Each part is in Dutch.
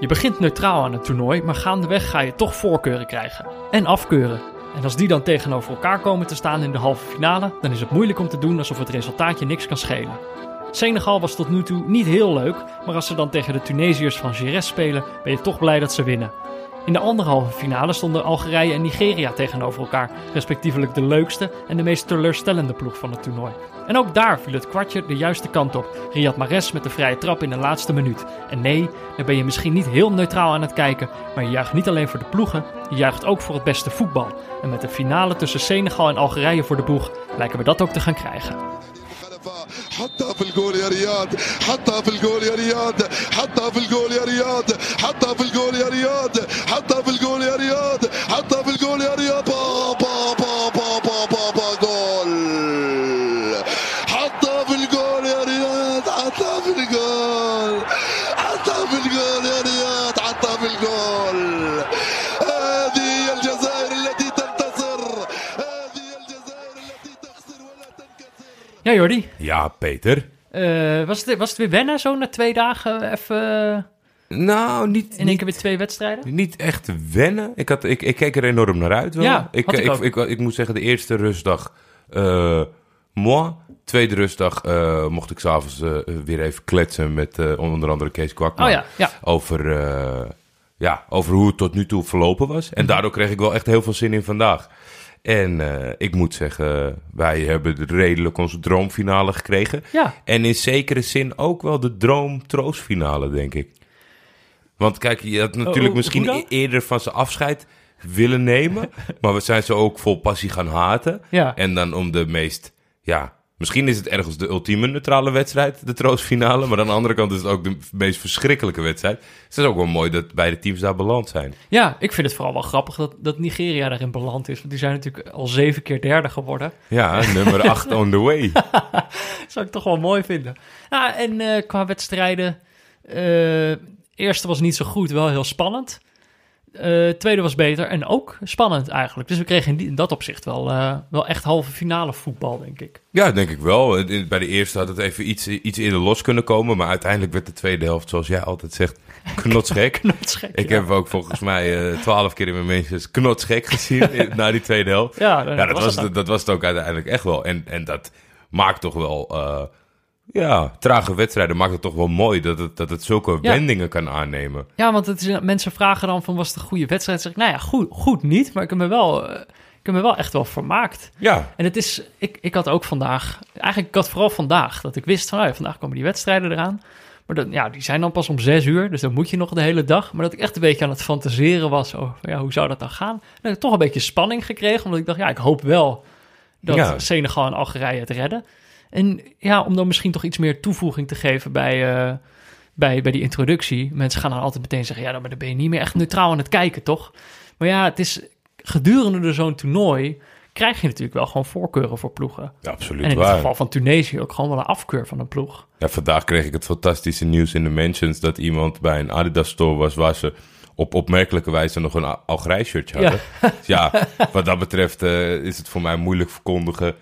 Je begint neutraal aan het toernooi, maar gaandeweg ga je toch voorkeuren krijgen. En afkeuren. En als die dan tegenover elkaar komen te staan in de halve finale, dan is het moeilijk om te doen alsof het resultaat je niks kan schelen. Senegal was tot nu toe niet heel leuk, maar als ze dan tegen de Tunesiërs van Giresse spelen, ben je toch blij dat ze winnen. In de andere halve finale stonden Algerije en Nigeria tegenover elkaar, respectievelijk de leukste en de meest teleurstellende ploeg van het toernooi. En ook daar viel het kwartje de juiste kant op. Riyad Mahrez met de vrije trap in de laatste minuut. En nee, dan ben je misschien niet heel neutraal aan het kijken, maar je juicht niet alleen voor de ploegen, je juicht ook voor het beste voetbal. En met de finale tussen Senegal en Algerije voor de boeg lijken we dat ook te gaan krijgen. حطها في الجول يا رياض حطها في الجول يا رياض حطها في الجول يا رياض حطها في الجول يا رياض حطها في الجول يا رياض حطها في الجول يا رياض با با با با با با جول حطها في الجول يا رياض حطها في الجول حطها في الجول يا رياض حطها في الجول هذه الجزائر التي تنتصر هذه الجزائر التي تخسر ولا تنكسر. Ja, Jordi. Ja, Peter. Was het weer wennen zo na 2 dagen even Nou, in één keer weer 2 wedstrijden? Niet echt wennen. Ik keek er enorm naar uit wel. Ja, ik moet zeggen, de eerste rustdag moi. Tweede rustdag mocht ik s'avonds weer even kletsen met onder andere Kees Kwakman. Oh ja. Over hoe het tot nu toe verlopen was. En daardoor kreeg ik wel echt heel veel zin in vandaag. En ik moet zeggen, wij hebben redelijk onze droomfinale gekregen. Ja. En in zekere zin ook wel de droom-troostfinale, denk ik. Want kijk, je had natuurlijk misschien eerder van zijn afscheid willen nemen. Maar we zijn ze ook vol passie gaan haten. Ja. En dan om de meest, misschien is het ergens de ultieme neutrale wedstrijd, de troostfinale. Maar aan de andere kant is het ook de meest verschrikkelijke wedstrijd. Dus het is ook wel mooi dat beide teams daar beland zijn. Ja, ik vind het vooral wel grappig dat Nigeria daarin beland is. Want die zijn natuurlijk al 7 keer derde geworden. Ja, nummer 8 on the way. Dat zou ik toch wel mooi vinden. Ja, en qua wedstrijden, eerste was niet zo goed, wel heel spannend. Tweede was beter en ook spannend eigenlijk. Dus we kregen in dat opzicht wel echt halve finale voetbal, denk ik. Ja, denk ik wel. Bij de eerste had het even iets eerder los kunnen komen. Maar uiteindelijk werd de tweede helft, zoals jij altijd zegt, knotsgek. Knotsgek, Ik heb ook volgens mij 12 keer in mijn mensen knotsgek gezien na die tweede helft. Ja, dat was het ook uiteindelijk echt wel. En dat maakt toch wel... trage wedstrijden maakt het toch wel mooi dat het zulke wendingen kan aannemen. Ja, want mensen vragen dan van, was het een goede wedstrijd? Dan zeg ik, nou ja, goed niet, maar ik heb me wel echt wel vermaakt. Ja. En het is, ik had ook vandaag, eigenlijk ik had vooral vandaag, dat ik wist van, vandaag komen die wedstrijden eraan. Maar die zijn dan pas om 6 uur, dus dan moet je nog de hele dag. Maar dat ik echt een beetje aan het fantaseren was over, hoe zou dat dan gaan? En dan heb ik toch een beetje spanning gekregen, omdat ik dacht, ik hoop wel dat Senegal en Algerije het redden. En om dan misschien toch iets meer toevoeging te geven bij die introductie. Mensen gaan dan altijd meteen zeggen, maar dan ben je niet meer echt neutraal aan het kijken, toch? Maar het is gedurende zo'n toernooi krijg je natuurlijk wel gewoon voorkeuren voor ploegen. Ja, absoluut. En in het geval van Tunesië ook gewoon wel een afkeur van een ploeg. Ja, vandaag kreeg ik het fantastische nieuws in de mentions dat iemand bij een Adidas store was waar ze op opmerkelijke wijze nog een Algerije shirtje hadden. Ja. Dus wat dat betreft is het voor mij moeilijk verkondigen.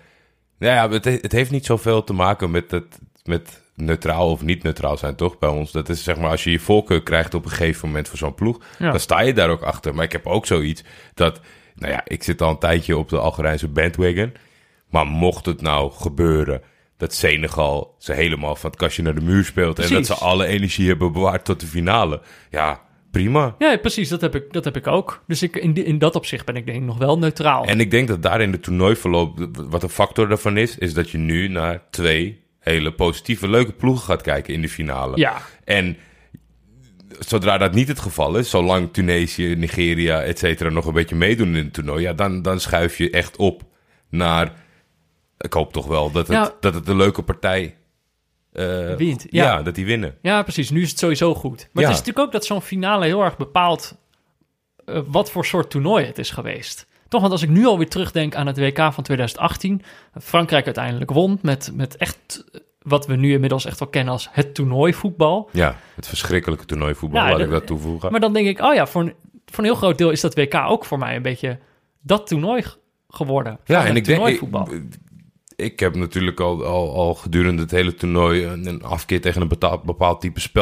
Het heeft niet zoveel te maken met neutraal of niet neutraal zijn, toch, bij ons. Dat is zeg maar, als je je voorkeur krijgt op een gegeven moment voor zo'n ploeg, dan sta je daar ook achter. Maar ik heb ook zoiets dat, ik zit al een tijdje op de Algerijnse bandwagon, maar mocht het nou gebeuren dat Senegal ze helemaal van het kastje naar de muur speelt en dat ze alle energie hebben bewaard tot de finale, prima. Ja, precies, dat heb ik ook. Dus in dat opzicht ben ik denk ik nog wel neutraal. En ik denk dat daar in de toernooiverloop, wat een factor daarvan is dat je nu naar 2 hele positieve, leuke ploegen gaat kijken in de finale. Ja. En zodra dat niet het geval is, zolang Tunesië, Nigeria, et cetera, nog een beetje meedoen in het toernooi, dan schuif je echt op naar, ik hoop toch wel dat het een leuke partij wint. Dat die winnen. Ja, precies. Nu is het sowieso goed. Maar het is natuurlijk ook dat zo'n finale heel erg bepaalt wat voor soort toernooi het is geweest. Toch, want als ik nu alweer terugdenk aan het WK van 2018... Frankrijk uiteindelijk won met echt wat we nu inmiddels echt wel kennen als het toernooivoetbal. Ja, het verschrikkelijke toernooivoetbal, laat ik dat toevoegen. Maar dan denk ik, voor een heel groot deel is dat WK ook voor mij een beetje dat toernooi geworden. Ja, en ik denk... Ik heb natuurlijk al gedurende het hele toernooi een afkeer tegen een bepaald type spel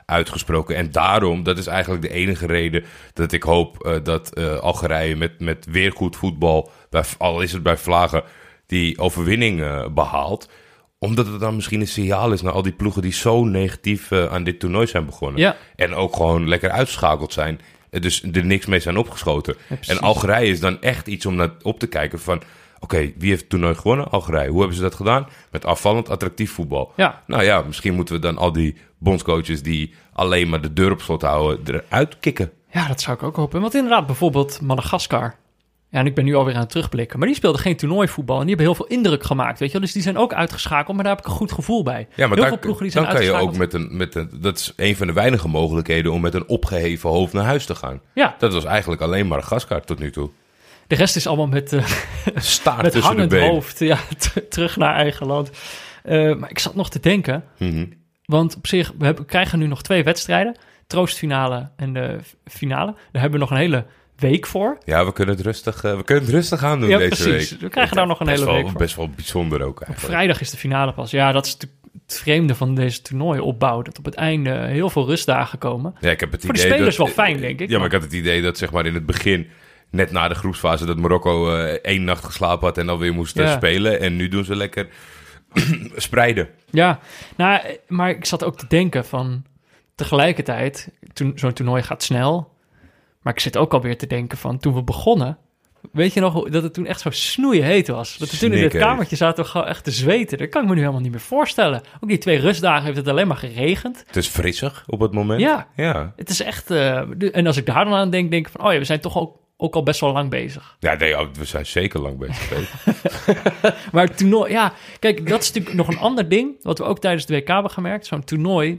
uitgesproken. En daarom, dat is eigenlijk de enige reden dat ik hoop dat Algerije met weer goed voetbal, al is het bij vlagen, die overwinning behaalt. Omdat het dan misschien een signaal is naar al die ploegen die zo negatief aan dit toernooi zijn begonnen. Ja. En ook gewoon lekker uitgeschakeld zijn. Dus er niks mee zijn opgeschoten. Ja, en Algerije is dan echt iets om naar op te kijken van... Oké, wie heeft het toernooi gewonnen? Algerije. Hoe hebben ze dat gedaan? Met afvallend attractief voetbal. Ja. Nou ja, misschien moeten we dan al die bondscoaches die alleen maar de deur op slot houden eruit kicken. Ja, dat zou ik ook hopen. Want inderdaad, bijvoorbeeld Madagaskar. Ja, en ik ben nu alweer aan het terugblikken. Maar die speelden geen toernooivoetbal. En die hebben heel veel indruk gemaakt, weet je wel. Dus die zijn ook uitgeschakeld, maar daar heb ik een goed gevoel bij. Ja, maar heel veel ploegen die zijn uitgeschakeld. Dan kan je ook met een... Dat is een van de weinige mogelijkheden om met een opgeheven hoofd naar huis te gaan. Ja. Dat was eigenlijk alleen Madagaskar tot nu toe. De rest is allemaal met staart met tussen hangend de benen. Hoofd. Ja, terug naar eigen land. Maar ik zat nog te denken. Mm-hmm. Want op zich, we krijgen nu nog 2 wedstrijden. Troostfinale en de finale. Daar hebben we nog een hele week voor. Ja, we kunnen het rustig aan doen deze precies. week. We krijgen daar nog een hele week voor. Best wel bijzonder ook eigenlijk. Op vrijdag is de finale pas. Ja, dat is het vreemde van deze toernooiopbouw. Dat op het einde heel veel rustdagen komen. Ja, ik heb het voor idee de spelers wel fijn, denk ik. Ja, maar ik had het idee dat zeg maar in het begin... Net na de groepsfase dat Marokko 1 nacht geslapen had en alweer moest spelen. En nu doen ze lekker spreiden. Ja, nou, maar ik zat ook te denken van... Tegelijkertijd, zo'n toernooi gaat snel. Maar ik zit ook alweer te denken van toen we begonnen... Weet je nog dat het toen echt zo snoeiheet was? Dat we toen in het kamertje zaten we gewoon echt te zweten. Dat kan ik me nu helemaal niet meer voorstellen. Ook die 2 rustdagen heeft het alleen maar geregend. Het is frissig op het moment. Ja. Het is echt... en als ik daar dan aan denk ik van... Oh ja, we zijn toch ook al best wel lang bezig. Ja, nee, we zijn zeker lang bezig. Maar het toernooi... Ja, kijk, dat is natuurlijk nog een ander ding... wat we ook tijdens de WK hebben gemerkt. Zo'n toernooi...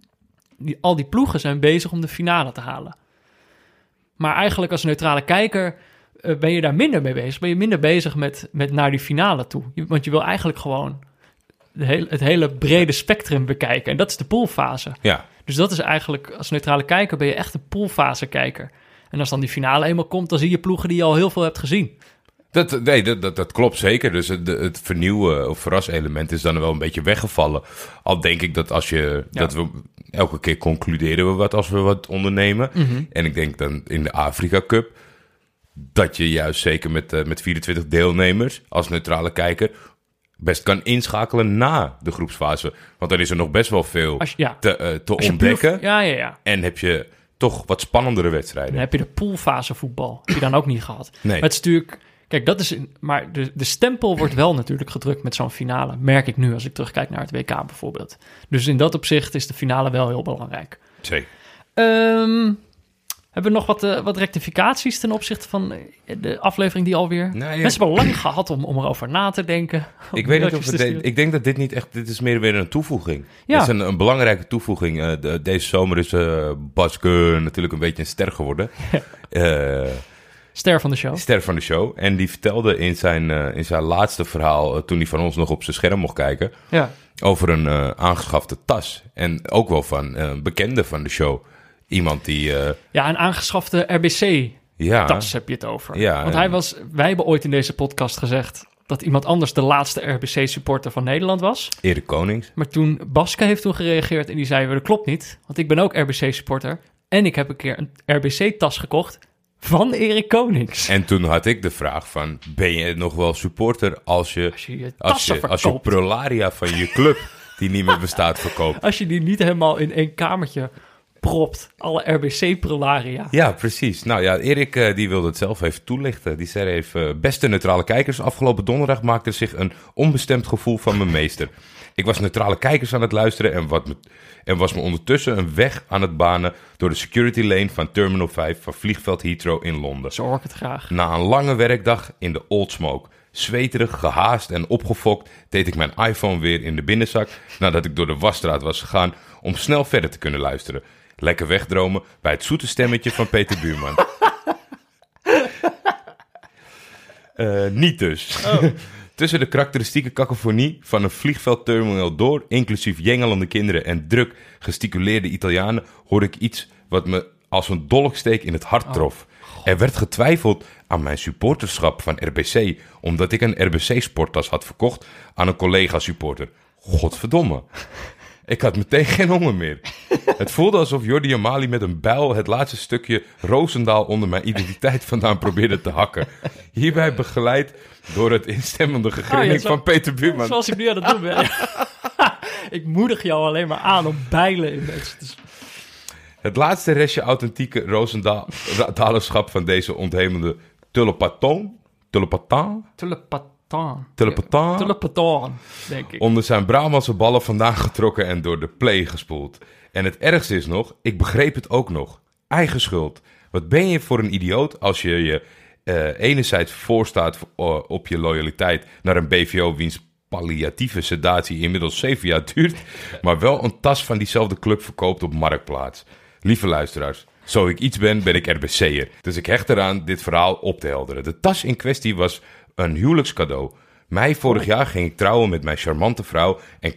Al die ploegen zijn bezig om de finale te halen. Maar eigenlijk als neutrale kijker... ben je daar minder mee bezig. Ben je minder bezig met naar die finale toe. Want je wil eigenlijk gewoon... het hele brede spectrum bekijken. En dat is de poolfase. Ja. Dus dat is eigenlijk... Als neutrale kijker ben je echt een poolfase kijker. En als dan die finale eenmaal komt... dan zie je ploegen die je al heel veel hebt gezien. Dat klopt zeker. Dus het vernieuwen of verraselement is dan wel een beetje weggevallen. Al denk ik dat dat we elke keer concluderen we wat als we wat ondernemen. Mm-hmm. En ik denk dan in de Afrika Cup... dat je juist zeker met 24 deelnemers als neutrale kijker... best kan inschakelen na de groepsfase. Want dan is er nog best wel veel te ontdekken. Ja. En heb je toch wat spannendere wedstrijden. Dan heb je de poolfase voetbal. Heb je dan ook niet gehad. Nee. Maar het is natuurlijk... Kijk, dat is... Maar de stempel wordt wel natuurlijk gedrukt met zo'n finale. Merk ik nu als ik terugkijk naar het WK bijvoorbeeld. Dus in dat opzicht is de finale wel heel belangrijk. Zeker. Hebben we nog wat rectificaties ten opzichte van de aflevering die alweer... Mensen hebben lang gehad om erover na te denken. Ik weet niet of ik denk dat dit niet echt... Dit is meer weer een toevoeging. Ja. Het is een belangrijke toevoeging. Deze zomer is Bas Gunn natuurlijk een beetje een ster geworden. Ster van de show. Ster van de show. En die vertelde in zijn laatste verhaal... toen hij van ons nog op zijn scherm mocht kijken... over een aangeschafte tas. En ook wel van een bekende van de show... Iemand die... een aangeschafte RBC-tas heb je het over. Ja, want wij hebben ooit in deze podcast gezegd... dat iemand anders de laatste RBC-supporter van Nederland was. Erik Konings. Maar toen Baske heeft toen gereageerd en die zei... dat klopt niet, want ik ben ook RBC-supporter... en ik heb een keer een RBC-tas gekocht van Erik Konings. En toen had ik de vraag van... ben je nog wel supporter als je prolaria van je club... die niet meer bestaat verkoopt? Als je die niet helemaal in één kamertje... propt, alle RBC-prolaria. Ja, precies. Nou ja, Erik die wilde het zelf even toelichten. Die zei even, beste neutrale kijkers, afgelopen donderdag maakte zich een onbestemd gevoel van mijn meester. Ik was neutrale kijkers aan het luisteren en was me ondertussen een weg aan het banen door de security lane van Terminal 5 van vliegveld Heathrow in Londen. Zo hoor ik het graag. Na een lange werkdag in de Old Smoke. Zweterig, gehaast en opgefokt deed ik mijn iPhone weer in de binnenzak nadat ik door de wasstraat was gegaan om snel verder te kunnen luisteren. Lekker wegdromen bij het zoete stemmetje van Peter Buurman. Niet dus. Oh. Tussen de karakteristieke cacophonie van een vliegveldterminal door, inclusief jengelende kinderen en druk gesticuleerde Italianen, hoorde ik iets wat me als een dolksteek in het hart trof. Er werd getwijfeld aan mijn supporterschap van RBC, omdat ik een RBC-sporttas had verkocht aan een collega-supporter. Godverdomme. Ik had meteen geen honger meer. Het voelde alsof Jordi Amali met een bijl het laatste stukje Roosendaal onder mijn identiteit vandaan probeerde te hakken. Hierbij begeleid door het instemmende gegrinnik van Peter Buurman. Zoals ik nu aan het doen ben. Ik moedig jou alleen maar aan om bijlen in mensen te... Het laatste restje authentieke Roosendalerschap van deze ontheemende Tulepaton, denk ik. onder zijn Brabantse ballen vandaan getrokken en door de play gespoeld. En het ergste is nog, ik begreep het ook nog. Eigen schuld. Wat ben je voor een idioot als je enerzijds voorstaat op je loyaliteit naar een BVO wiens palliatieve sedatie inmiddels 7 jaar duurt, maar wel een tas van diezelfde club verkoopt op Marktplaats. Lieve luisteraars, zo ik iets ben, ben ik RBC'er. Dus ik hecht eraan dit verhaal op te helderen. De tas in kwestie was een huwelijkscadeau. Mei vorig jaar ging ik trouwen met mijn charmante vrouw en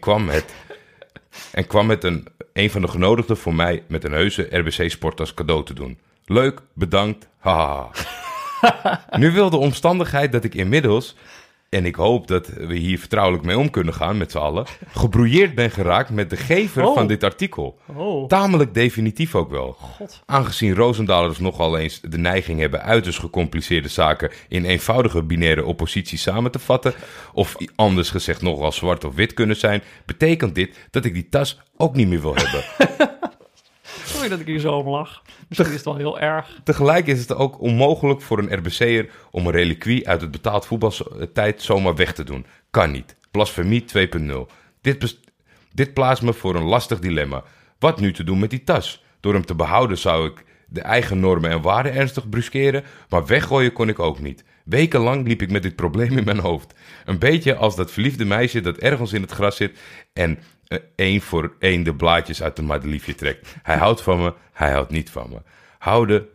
kwam met een van de genodigden voor mij met een heuse RBC-sporttas cadeau te doen. Leuk, bedankt, haha. Nu wil de omstandigheid dat ik inmiddels, en ik hoop dat we hier vertrouwelijk mee om kunnen gaan met z'n allen, gebrouilleerd ben geraakt met de gever van dit artikel. Tamelijk definitief ook wel. God. Aangezien Roosendalers nogal eens de neiging hebben uiterst gecompliceerde zaken in eenvoudige binaire oppositie samen te vatten, of anders gezegd nogal zwart of wit kunnen zijn, betekent dit dat ik die tas ook niet meer wil hebben. Sorry dat ik hier zo om lach. Misschien is het wel heel erg. Tegelijk is het ook onmogelijk voor een RBC'er om een reliquie uit het betaald voetbaltijd zomaar weg te doen. Kan niet. Blasfemie 2.0. Dit plaatst me voor een lastig dilemma. Wat nu te doen met die tas? Door hem te behouden zou ik de eigen normen en waarden ernstig bruskeren, maar weggooien kon ik ook niet. Wekenlang liep ik met dit probleem in mijn hoofd. Een beetje als dat verliefde meisje dat ergens in het gras zit en één voor één de blaadjes uit een madeliefje trekt. Hij houdt van me, hij houdt niet van me. Houden,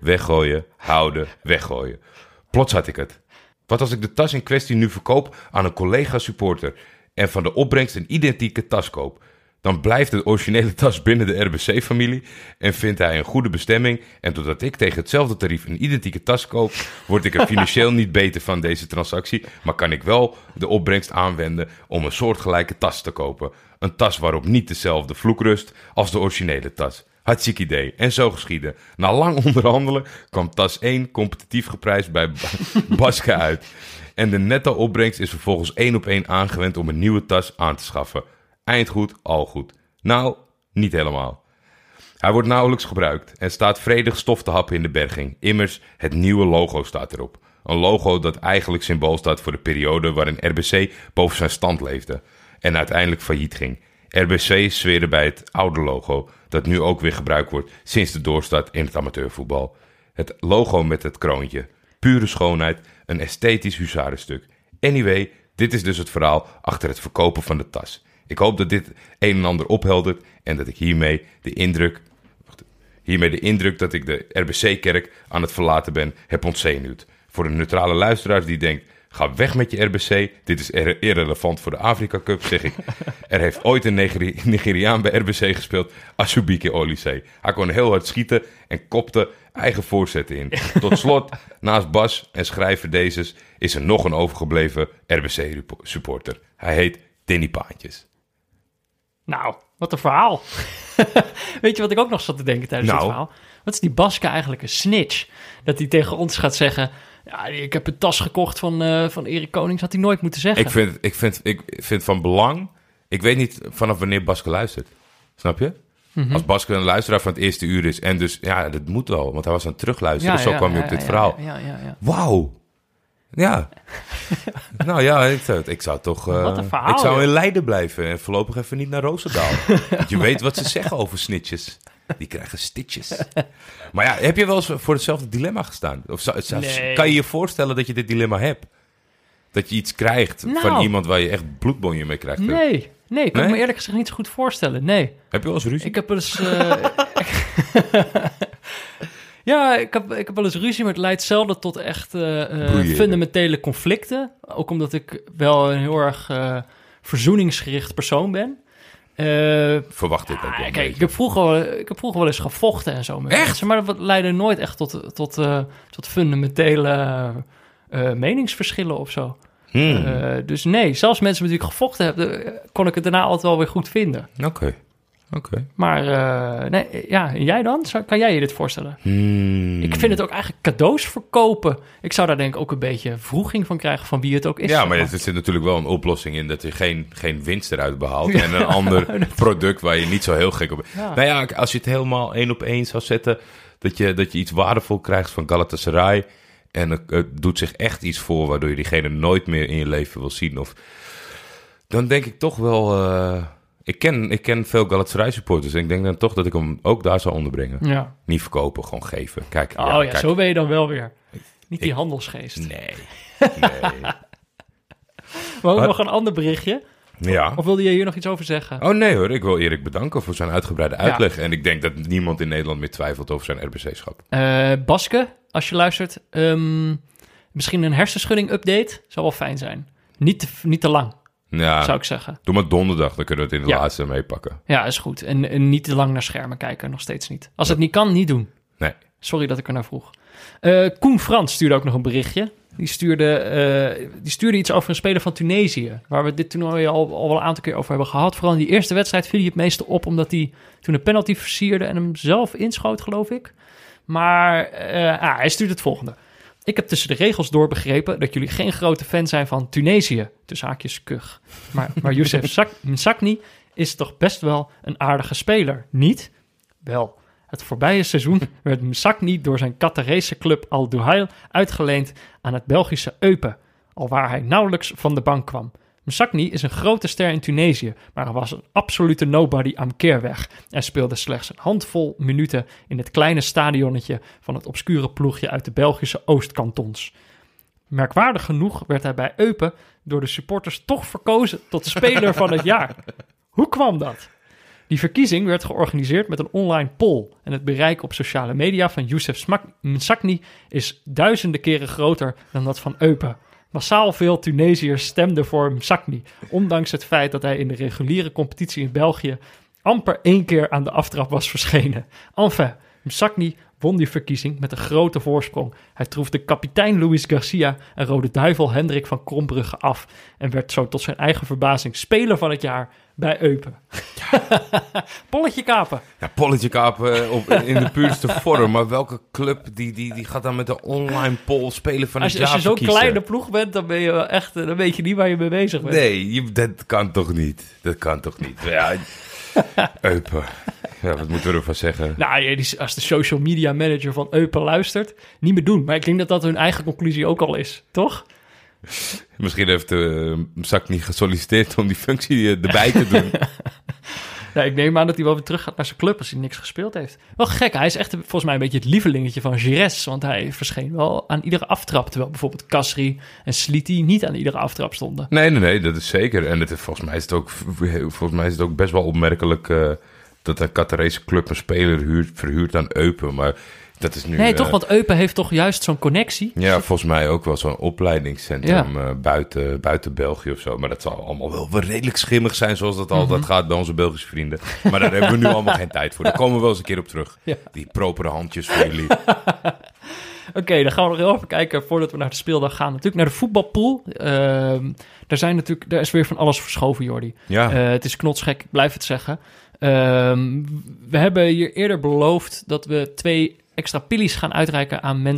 weggooien. Plots had ik het. Wat als ik de tas in kwestie nu verkoop aan een collega-supporter en van de opbrengst een identieke tas koop? Dan blijft de originele tas binnen de RBC-familie en vindt hij een goede bestemming. En doordat ik tegen hetzelfde tarief een identieke tas koop, word ik er financieel niet beter van deze transactie, maar kan ik wel de opbrengst aanwenden om een soortgelijke tas te kopen. Een tas waarop niet dezelfde vloek rust als de originele tas. Hartstikke idee. En zo geschiedde. Na lang onderhandelen kwam tas 1 competitief geprijsd bij Baske uit. En de netto opbrengst is vervolgens 1-op-1 aangewend om een nieuwe tas aan te schaffen. Eind goed, al goed. Nou, niet helemaal. Hij wordt nauwelijks gebruikt en staat vredig stof te happen in de berging. Immers, het nieuwe logo staat erop. Een logo dat eigenlijk symbool staat voor de periode waarin RBC boven zijn stand leefde en uiteindelijk failliet ging. RBC zweerde bij het oude logo, dat nu ook weer gebruikt wordt sinds de doorstart in het amateurvoetbal. Het logo met het kroontje. Pure schoonheid, een esthetisch huzarenstuk. Anyway, dit is dus het verhaal achter het verkopen van de tas. Ik hoop dat dit een en ander opheldert en dat ik hiermee de indruk dat ik de RBC-kerk aan het verlaten ben, heb ontzenuwd. Voor de neutrale luisteraars die denkt, ga weg met je RBC, dit is irrelevant voor de Afrika Cup, zeg ik. Er heeft ooit een Nigeriaan bij RBC gespeeld, Asubike Olise. Hij kon heel hard schieten en kopte eigen voorzetten in. Tot slot, naast Bas en schrijver Dezes, is er nog een overgebleven RBC-supporter. Hij heet Danny Paantjes. Nou, wat een verhaal. Weet je wat ik ook nog zat te denken tijdens dit verhaal? Wat is die Baske eigenlijk een snitch? Dat hij tegen ons gaat zeggen, ja, ik heb een tas gekocht van Erik Konings. Had hij nooit moeten zeggen. Ik vind van belang, ik weet niet vanaf wanneer Baske luistert. Snap je? Mm-hmm. Als Baske een luisteraar van het eerste uur is en dus, ja, dat moet wel, want hij was aan het terugluisteren. Ja, zo kwam hij op dit verhaal. Ja. Wauw. Ja. Nou ja, ik zou toch... Wat een verhaal, ik zou in Leiden blijven en voorlopig even niet naar Roosendaal. Want je weet wat ze zeggen over snitches. Die krijgen stitches. Maar ja, heb je wel eens voor hetzelfde dilemma gestaan? Of Nee. Kan je je voorstellen dat je dit dilemma hebt? Dat je iets krijgt van iemand waar je echt bloedbonje mee krijgt? Nee, ik kan me eerlijk gezegd niet zo goed voorstellen. Nee. Heb je wel eens ruzie? Ik heb wel eens... Ja, ik heb wel eens ruzie, maar het leidt zelden tot echt fundamentele conflicten. Ook omdat ik wel een heel erg verzoeningsgericht persoon ben. Verwacht dit ook wel. Kijk, ik heb vroeger wel eens gevochten en zo met mensen, maar dat leidde nooit echt tot fundamentele meningsverschillen of zo. Dus nee, zelfs mensen met wie ik gevochten heb, kon ik het daarna altijd wel weer goed vinden. Oké. Oké. Maar en jij dan? Kan jij je dit voorstellen? Ik vind het ook eigenlijk cadeaus verkopen. Ik zou daar denk ik ook een beetje vroeging van krijgen van wie het ook is. Ja, maar er zit natuurlijk wel een oplossing in dat je geen winst eruit behaalt. En een ander product waar je niet zo heel gek op bent. Ja. Nou ja, als je het helemaal 1 op 1 zou zetten, dat je iets waardevol krijgt van Galatasaray. En het doet zich echt iets voor waardoor je diegene nooit meer in je leven wil zien. Dan denk ik toch wel... Ik ken veel Galatasaray supporters en ik denk dan toch dat ik hem ook daar zou onderbrengen. Ja. Niet verkopen, gewoon geven. Kijk, Kijk. Zo ben je dan wel weer. Niet die handelsgeest. Nee. Maar ook nog een ander berichtje. Ja. Of wilde je hier nog iets over zeggen? Oh nee hoor, ik wil Erik bedanken voor zijn uitgebreide uitleg. Ja. En ik denk dat niemand in Nederland meer twijfelt over zijn RBC-schap. Baske, als je luistert, misschien een hersenschudding-update zou wel fijn zijn. Niet te lang. Ja, zou ik zeggen. Doe maar donderdag, dan kunnen we het in de laatste meepakken. Ja, is goed. En niet te lang naar schermen kijken, nog steeds niet. Als het niet kan, niet doen. Nee. Sorry dat ik er naar vroeg. Koen Frans stuurde ook nog een berichtje. Die stuurde iets over een speler van Tunesië. Waar we dit toernooi al wel een aantal keer over hebben gehad. Vooral in die eerste wedstrijd viel hij het meeste op, omdat hij toen een penalty versierde en hem zelf inschoot, geloof ik. Maar hij stuurt het volgende. Ik heb tussen de regels door begrepen dat jullie geen grote fan zijn van Tunesië. Tussen haakjes kuch. Maar Youssef Msakni is toch best wel een aardige speler, niet? Wel, het voorbije seizoen werd Msakni door zijn Qatarese club Al Duhail uitgeleend aan het Belgische Eupen, alwaar hij nauwelijks van de bank kwam. Msakni is een grote ster in Tunesië, maar er was een absolute nobody aan Keerweg en speelde slechts een handvol minuten in het kleine stadionnetje van het obscure ploegje uit de Belgische Oostkantons. Merkwaardig genoeg werd hij bij Eupen door de supporters toch verkozen tot speler van het jaar. Hoe kwam dat? Die verkiezing werd georganiseerd met een online poll en het bereik op sociale media van Youssef Msakni is duizenden keren groter dan dat van Eupen. Massaal veel Tunesiërs stemden voor Msakni, ondanks het feit dat hij in de reguliere competitie in België amper 1 keer aan de aftrap was verschenen. Enfin, Msakni won die verkiezing met een grote voorsprong. Hij troef de kapitein Luis Garcia en Rode Duivel Hendrik van Krombrugge af en werd zo tot zijn eigen verbazing speler van het jaar bij Eupen. Ja. Polletje kapen. Ja, polletje kapen in de puurste vorm. Maar welke club die gaat dan met de online poll spelen van het jaar Als je zo'n verkiezen? kleine ploeg bent, dan ben je wel echt, dan weet je niet waar je mee bezig bent. Nee, dat kan toch niet? Ja, Eupen. Ja, wat moeten we ervan zeggen? Nou, als de social media manager van Eupen luistert, niet meer doen. Maar ik denk dat dat hun eigen conclusie ook al is, toch? Misschien heeft Msakni gesolliciteerd om die functie erbij te doen. Ja, ik neem aan dat hij wel weer terug gaat naar zijn club als hij niks gespeeld heeft. Wel gek, hij is echt volgens mij een beetje het lievelingetje van Gires. Want hij verscheen wel aan iedere aftrap. Terwijl bijvoorbeeld Kasri en Sliti niet aan iedere aftrap stonden. Nee, dat is zeker. En volgens mij is het ook best wel opmerkelijk dat een Qatarese club een speler verhuurt aan Eupen. Maar dat is nu... Nee, toch, want Eupen heeft toch juist zo'n connectie? Ja, volgens mij ook wel zo'n opleidingscentrum buiten België of zo. Maar dat zal allemaal wel redelijk schimmig zijn, zoals dat altijd gaat bij onze Belgische vrienden. Maar daar hebben we nu allemaal geen tijd voor. Daar komen we wel eens een keer op terug. Ja. Die propere handjes voor jullie. Oké, dan gaan we nog heel even kijken voordat we naar de speeldag gaan. Natuurlijk naar de voetbalpool. Daar is weer van alles verschoven, Jordi. Ja. Het is knotsgek, ik blijf het zeggen. We hebben hier eerder beloofd dat we 2 extra pillies gaan uitreiken aan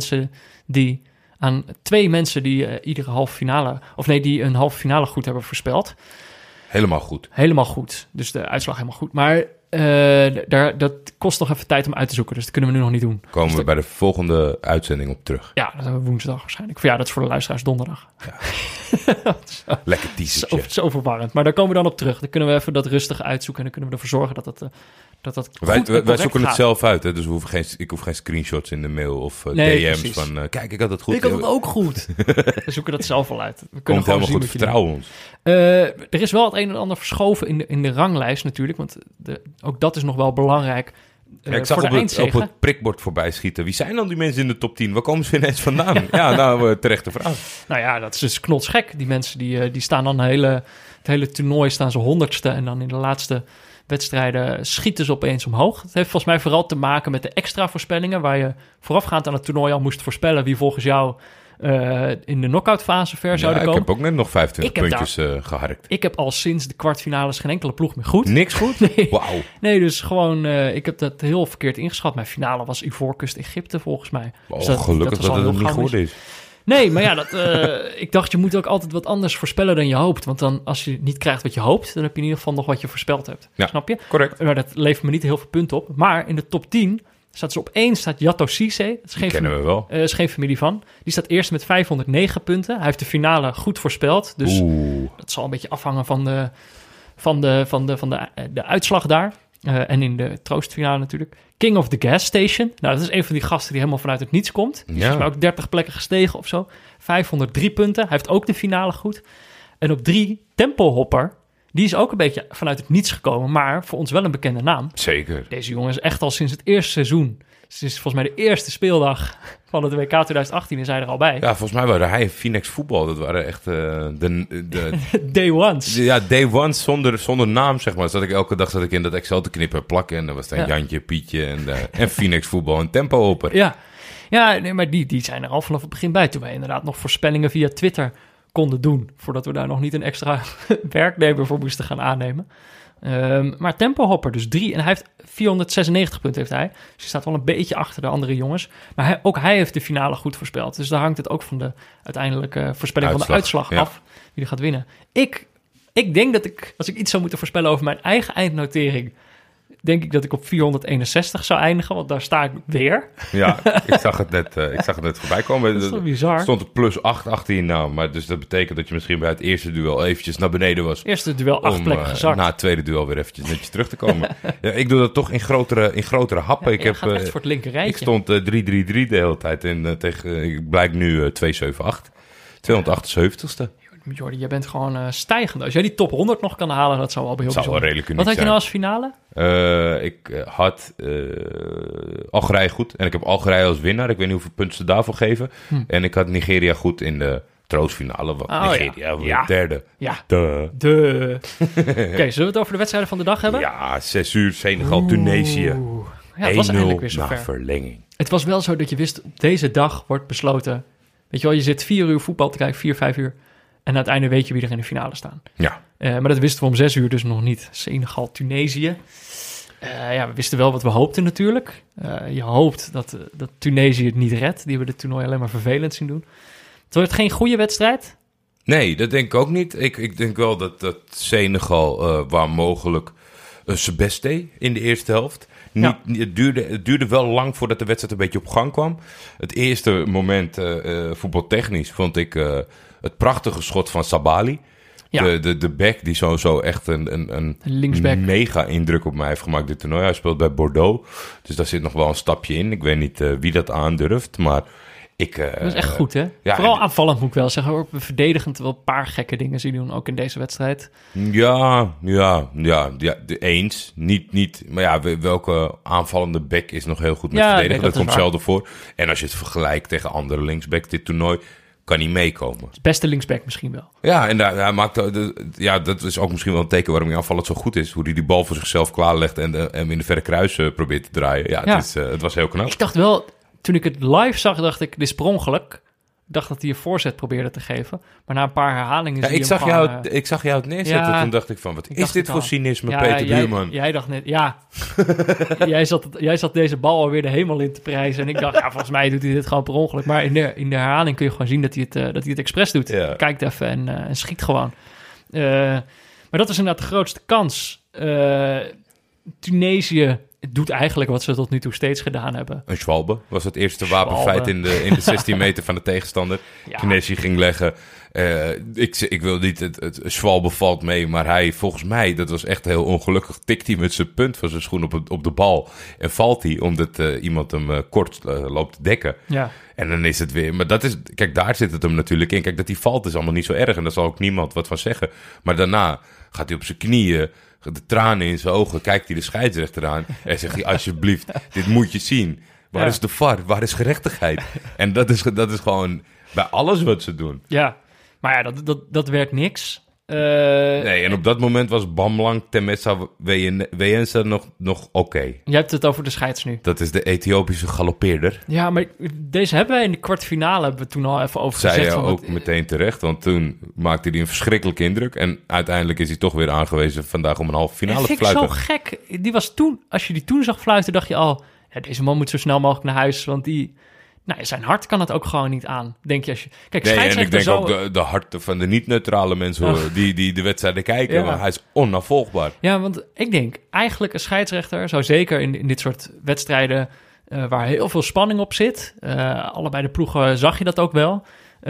2 mensen die iedere halve finale, die een halve finale goed hebben voorspeld. Helemaal goed. Dus de uitslag helemaal goed. Maar dat kost nog even tijd om uit te zoeken. Dus dat kunnen we nu nog niet doen. Komen we bij de volgende uitzending op terug. Ja, dat hebben we woensdag waarschijnlijk. Ja, dat is voor de luisteraars donderdag. Ja. Lekker teasertje. Zo verwarrend. Maar daar komen we dan op terug. Dan kunnen we even dat rustig uitzoeken. En dan kunnen we ervoor zorgen dat wij zoeken het zelf uit. Hè? Dus ik hoef geen screenshots in de mail of DM's precies. Van... kijk, ik had het goed. Ik had het ook goed. We zoeken dat zelf wel uit. We kunnen helemaal goed, vertrouwen ons. Er is wel het een en ander verschoven in de ranglijst natuurlijk. Want ook dat is nog wel belangrijk. Ik zag op het prikbord voorbij schieten. Wie zijn dan die mensen in de top 10? Waar komen ze ineens vandaan? Ja, nou, terechte vraag. Nou ja, dat is dus knotsgek. Die mensen die staan dan het hele toernooi staan ze 100ste. En dan in de laatste wedstrijden schieten ze opeens omhoog. Het heeft volgens mij vooral te maken met de extra voorspellingen, waar je voorafgaand aan het toernooi al moest voorspellen wie volgens jou in de knock-out fase ver zouden komen. Ik heb ook net nog 25 puntjes geharkt. Ik heb al sinds de kwartfinales geen enkele ploeg meer goed. Niks goed? Nee. Wauw. Nee, dus gewoon, ik heb dat heel verkeerd ingeschat. Mijn finale was Ivoorkust Egypte volgens mij. Dus was gelukkig dat al het heel niet gauw goed mis. is. Nee, maar ja, ik dacht je moet ook altijd wat anders voorspellen dan je hoopt. Want dan als je niet krijgt wat je hoopt, dan heb je in ieder geval nog wat je voorspeld hebt. Ja, snap je? correct. Maar dat levert me niet heel veel punten op. Maar in de top 10 staat op 1 staat Yato Cisse. Die kennen we wel. is geen familie van. Die staat eerst met 509 punten. Hij heeft de finale goed voorspeld. Dus dat zal een beetje afhangen van de uitslag daar. En in de troostfinale natuurlijk. King of the Gas Station. Nou, dat is een van die gasten die helemaal vanuit het niets komt. Die is volgens mij ook 30 plekken gestegen of zo. 503 punten. Hij heeft ook de finale goed. En op 3 Tempo Hopper. Die is ook een beetje vanuit het niets gekomen. Maar voor ons wel een bekende naam. Zeker. Deze jongen is echt al sinds het eerste seizoen. Het is volgens mij de eerste speeldag van het WK 2018 is hij er al bij. Ja, volgens mij waren hij en Phoenix Voetbal. Dat waren echt de Day ones. Ja, day ones zonder naam, zeg maar. Ik elke dag zat ik in dat Excel te knippen en plakken. En dan was er Jantje, Pietje en Phoenix Voetbal en Tempo Hopper. Ja, nee, maar die zijn er al vanaf het begin bij. Toen wij inderdaad nog voorspellingen via Twitter konden doen. Voordat we daar nog niet een extra werknemer voor moesten gaan aannemen. Maar Tempo Hopper, dus 3. En hij heeft 496 punten heeft hij. Dus hij staat wel een beetje achter de andere jongens. Maar ook hij heeft de finale goed voorspeld. Dus daar hangt het ook van de uiteindelijke voorspelling van de uitslag af. Wie er gaat winnen. Ik denk dat als ik iets zou moeten voorspellen over mijn eigen eindnotering, denk ik dat ik op 461 zou eindigen, want daar sta ik weer. Ja, ik zag het net voorbij komen. Dat is toch bizar? Stond er plus 8 achter je naam. Maar dus dat betekent dat je misschien bij het eerste duel eventjes naar beneden was. Eerste duel 8 plekken gezakt. Na het tweede duel weer eventjes netjes terug te komen. Ja, ik doe dat toch in grotere happen. Ja, gaat echt voor het linker rijtje. Ik stond 3-3-3 de hele tijd. En ik blijk nu 2-7-8. 278ste. Jordi, jij bent gewoon stijgend. Als jij die top 100 nog kan halen, dat zou wel heel bijzonder wel redelijk uniek Wat had je nou als zijn. finale? Ik had Algerije goed. En ik heb Algerije als winnaar. Ik weet niet hoeveel punten ze daarvoor geven. En ik had Nigeria goed in de troostfinale. Want Nigeria derde. Ja. Oké, Oké, zullen we het over de wedstrijden van de dag hebben? Ja, 6 uur, Senegal, Tunesië. Ja, het was eindelijk weer 1-0 zover. na verlenging. Het was wel zo dat je wist, op deze dag wordt besloten. Weet je wel, je zit 4 uur voetbal te kijken, 4, 5 uur. En aan het einde weet je wie er in de finale staan. Ja. Maar dat wisten we om 6 uur dus nog niet. Senegal, Tunesië. We wisten wel wat we hoopten natuurlijk. Je hoopt dat Tunesië het niet redt. Die hebben het toernooi alleen maar vervelend zien doen. Het wordt geen goede wedstrijd. Nee, dat denk ik ook niet. Ik denk wel dat Senegal waar mogelijk zijn best deed in de eerste helft. Het duurde wel lang voordat de wedstrijd een beetje op gang kwam. Het eerste moment, voetbaltechnisch, vond ik het prachtige schot van Sabali. Ja. De back die sowieso echt een mega indruk op mij heeft gemaakt dit toernooi. Hij speelt bij Bordeaux, dus daar zit nog wel een stapje in. Ik weet niet wie dat aandurft, maar dat is echt goed, hè? Ja, vooral aanvallend moet ik wel zeggen. Ook verdedigend wel een paar gekke dingen zien doen, ook in deze wedstrijd. Ja, eens. Niet, maar ja, welke aanvallende back is nog heel goed met verdedigen? Nee, dat komt zelden voor. En als je het vergelijkt tegen andere linksback dit toernooi, kan hij meekomen. Het beste linksback misschien wel. Ja, en hij maakt, dat is ook misschien wel een teken waarom hij aanvallend zo goed is. Hoe hij die bal voor zichzelf klaarlegt en hem in de verre kruis probeert te draaien. Ja, het was heel knap. Ik dacht wel, toen ik het live zag, dacht ik, dit is per ongeluk. Ik dacht dat hij een voorzet probeerde te geven. Maar na een paar herhalingen... Ik zag jou het neerzetten. Toen dacht ik van, wat is dit voor cynisme, Peter Buurman? Jij dacht net, jij zat deze bal alweer de hemel in te prijzen. En ik dacht, volgens mij doet hij dit gewoon per ongeluk. Maar in de herhaling kun je gewoon zien dat hij het expres doet. Ja. Kijkt even en schiet gewoon. Maar dat is inderdaad de grootste kans. Tunesië doet eigenlijk wat ze tot nu toe steeds gedaan hebben. Een Schwalbe was het eerste wapenfeit in de 16 meter van de tegenstander. Ja. Tunesië ging leggen. Ik wil niet, het Schwalbe valt mee, maar hij, volgens mij, dat was echt heel ongelukkig, tikt hij met zijn punt van zijn schoen op de bal. En valt hij, omdat iemand hem kort loopt te dekken. Ja. En dan is het weer, maar dat is, kijk, daar zit het hem natuurlijk in. Kijk, dat hij valt is allemaal niet zo erg en daar zal ook niemand wat van zeggen. Maar daarna gaat hij op zijn knieën, de tranen in zijn ogen, kijkt hij de scheidsrechter aan en zegt hij, alsjeblieft, dit moet je zien. Waar is de VAR? Waar is gerechtigheid? En dat is gewoon bij alles wat ze doen. Ja, maar ja, dat werd niks. Nee, en op dat moment was Bamlang Temessa Weyensa nog oké. Je hebt het over de scheids nu. Dat is de Ethiopische galoppeerder. Ja, maar deze hebben wij in de kwartfinale hebben we toen al even over gezegd. Zei je ook meteen terecht, want toen maakte hij een verschrikkelijke indruk. En uiteindelijk is hij toch weer aangewezen vandaag om een halve finale te fluiten. Dat vind ik zo gek. Die was toen, als je die toen zag fluiten, dacht je al... Ja, deze man moet zo snel mogelijk naar huis, want die... Nou, zijn hart kan het ook gewoon niet aan, denk je. Als je... Kijk, nee, en ik denk ook de harten van de niet-neutrale mensen die de wedstrijden kijken. Ja. Maar hij is onnavolgbaar. Ja, want ik denk eigenlijk een scheidsrechter zou zeker in dit soort wedstrijden... waar heel veel spanning op zit. Allebei de ploegen zag je dat ook wel.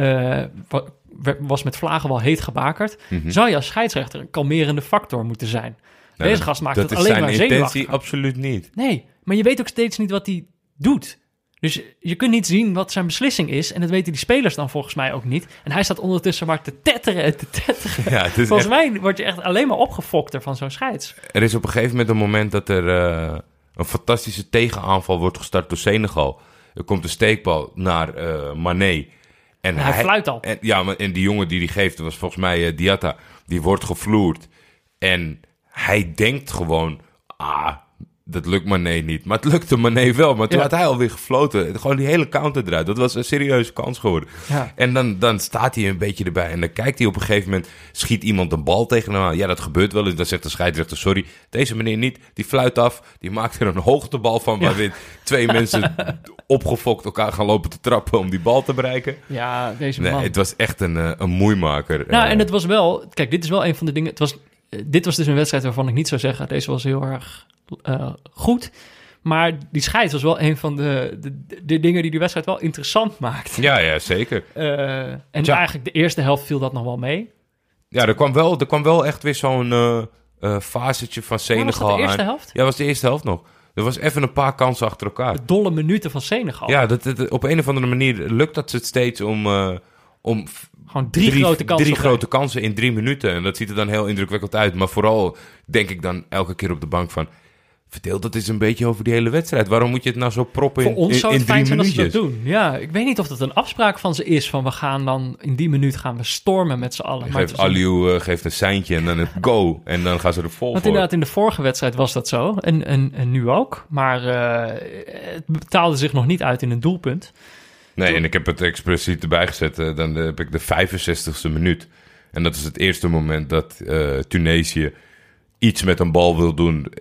Was met vlagen wel heet gebakerd. Mm-hmm. Zou je als scheidsrechter een kalmerende factor moeten zijn? Nou, deze gast maakt het alleen maar zenuwachtig. Dat is zijn intentie absoluut niet. Nee, maar je weet ook steeds niet wat hij doet. Dus je kunt niet zien wat zijn beslissing is. En dat weten die spelers dan volgens mij ook niet. En hij staat ondertussen maar te tetteren en te tetteren. Ja, volgens mij word je echt alleen maar opgefokter van zo'n scheids. Er is op een gegeven moment een moment dat er een fantastische tegenaanval wordt gestart door Senegal. Er komt een steekbal naar Mané. En hij fluit al. En die jongen die geeft, dat was volgens mij Diatta, die wordt gevloerd. En hij denkt gewoon, dat lukt Mané niet. Maar het lukte Mané wel. Maar toen had hij alweer gefloten. Gewoon die hele counter eruit. Dat was een serieuze kans geworden. Ja. En dan staat hij een beetje erbij. En dan kijkt hij op een gegeven moment... schiet iemand een bal tegen hem aan. Ja, dat gebeurt wel. En dan zegt de scheidsrechter... sorry, deze meneer niet. Die fluit af. Die maakt er een hoogtebal van... waarin 2 mensen opgefokt elkaar gaan lopen te trappen... om die bal te bereiken. Ja, deze man. Nee, het was echt een moeimaker. Nou, en het was wel... Kijk, dit is wel een van de dingen... Dit was dus een wedstrijd waarvan ik niet zou zeggen... deze was heel erg... goed, maar die scheids was wel een van de dingen die die wedstrijd wel interessant maakt. Ja, zeker. Eigenlijk de eerste helft viel dat nog wel mee. Ja, er kwam wel echt weer zo'n fasetje van Senegal aan. Was dat de eerste helft? Ja, was de eerste helft nog. Er was even een paar kansen achter elkaar. De dolle minuten van Senegal. Ja, op een of andere manier lukt dat het steeds om gewoon drie grote kansen in 3 minuten. En dat ziet er dan heel indrukwekkend uit. Maar vooral denk ik dan elke keer op de bank van... Verdeel dat eens een beetje over die hele wedstrijd. Waarom moet je het nou zo proppen in 3 minuutjes? Voor ons zou het fijn zijn als ze dat doen. Ja, ik weet niet of dat een afspraak van ze is. Van we gaan dan in die minuut gaan we stormen met z'n allen. Aliou geeft een seintje en dan het go. En dan gaan ze er vol voor. Want inderdaad, in de vorige wedstrijd was dat zo. En nu ook. Maar het betaalde zich nog niet uit in een doelpunt. Nee, en ik heb het expliciet erbij gezet. Dan heb ik de 65ste minuut. En dat is het eerste moment dat Tunesië... iets met een bal wil doen,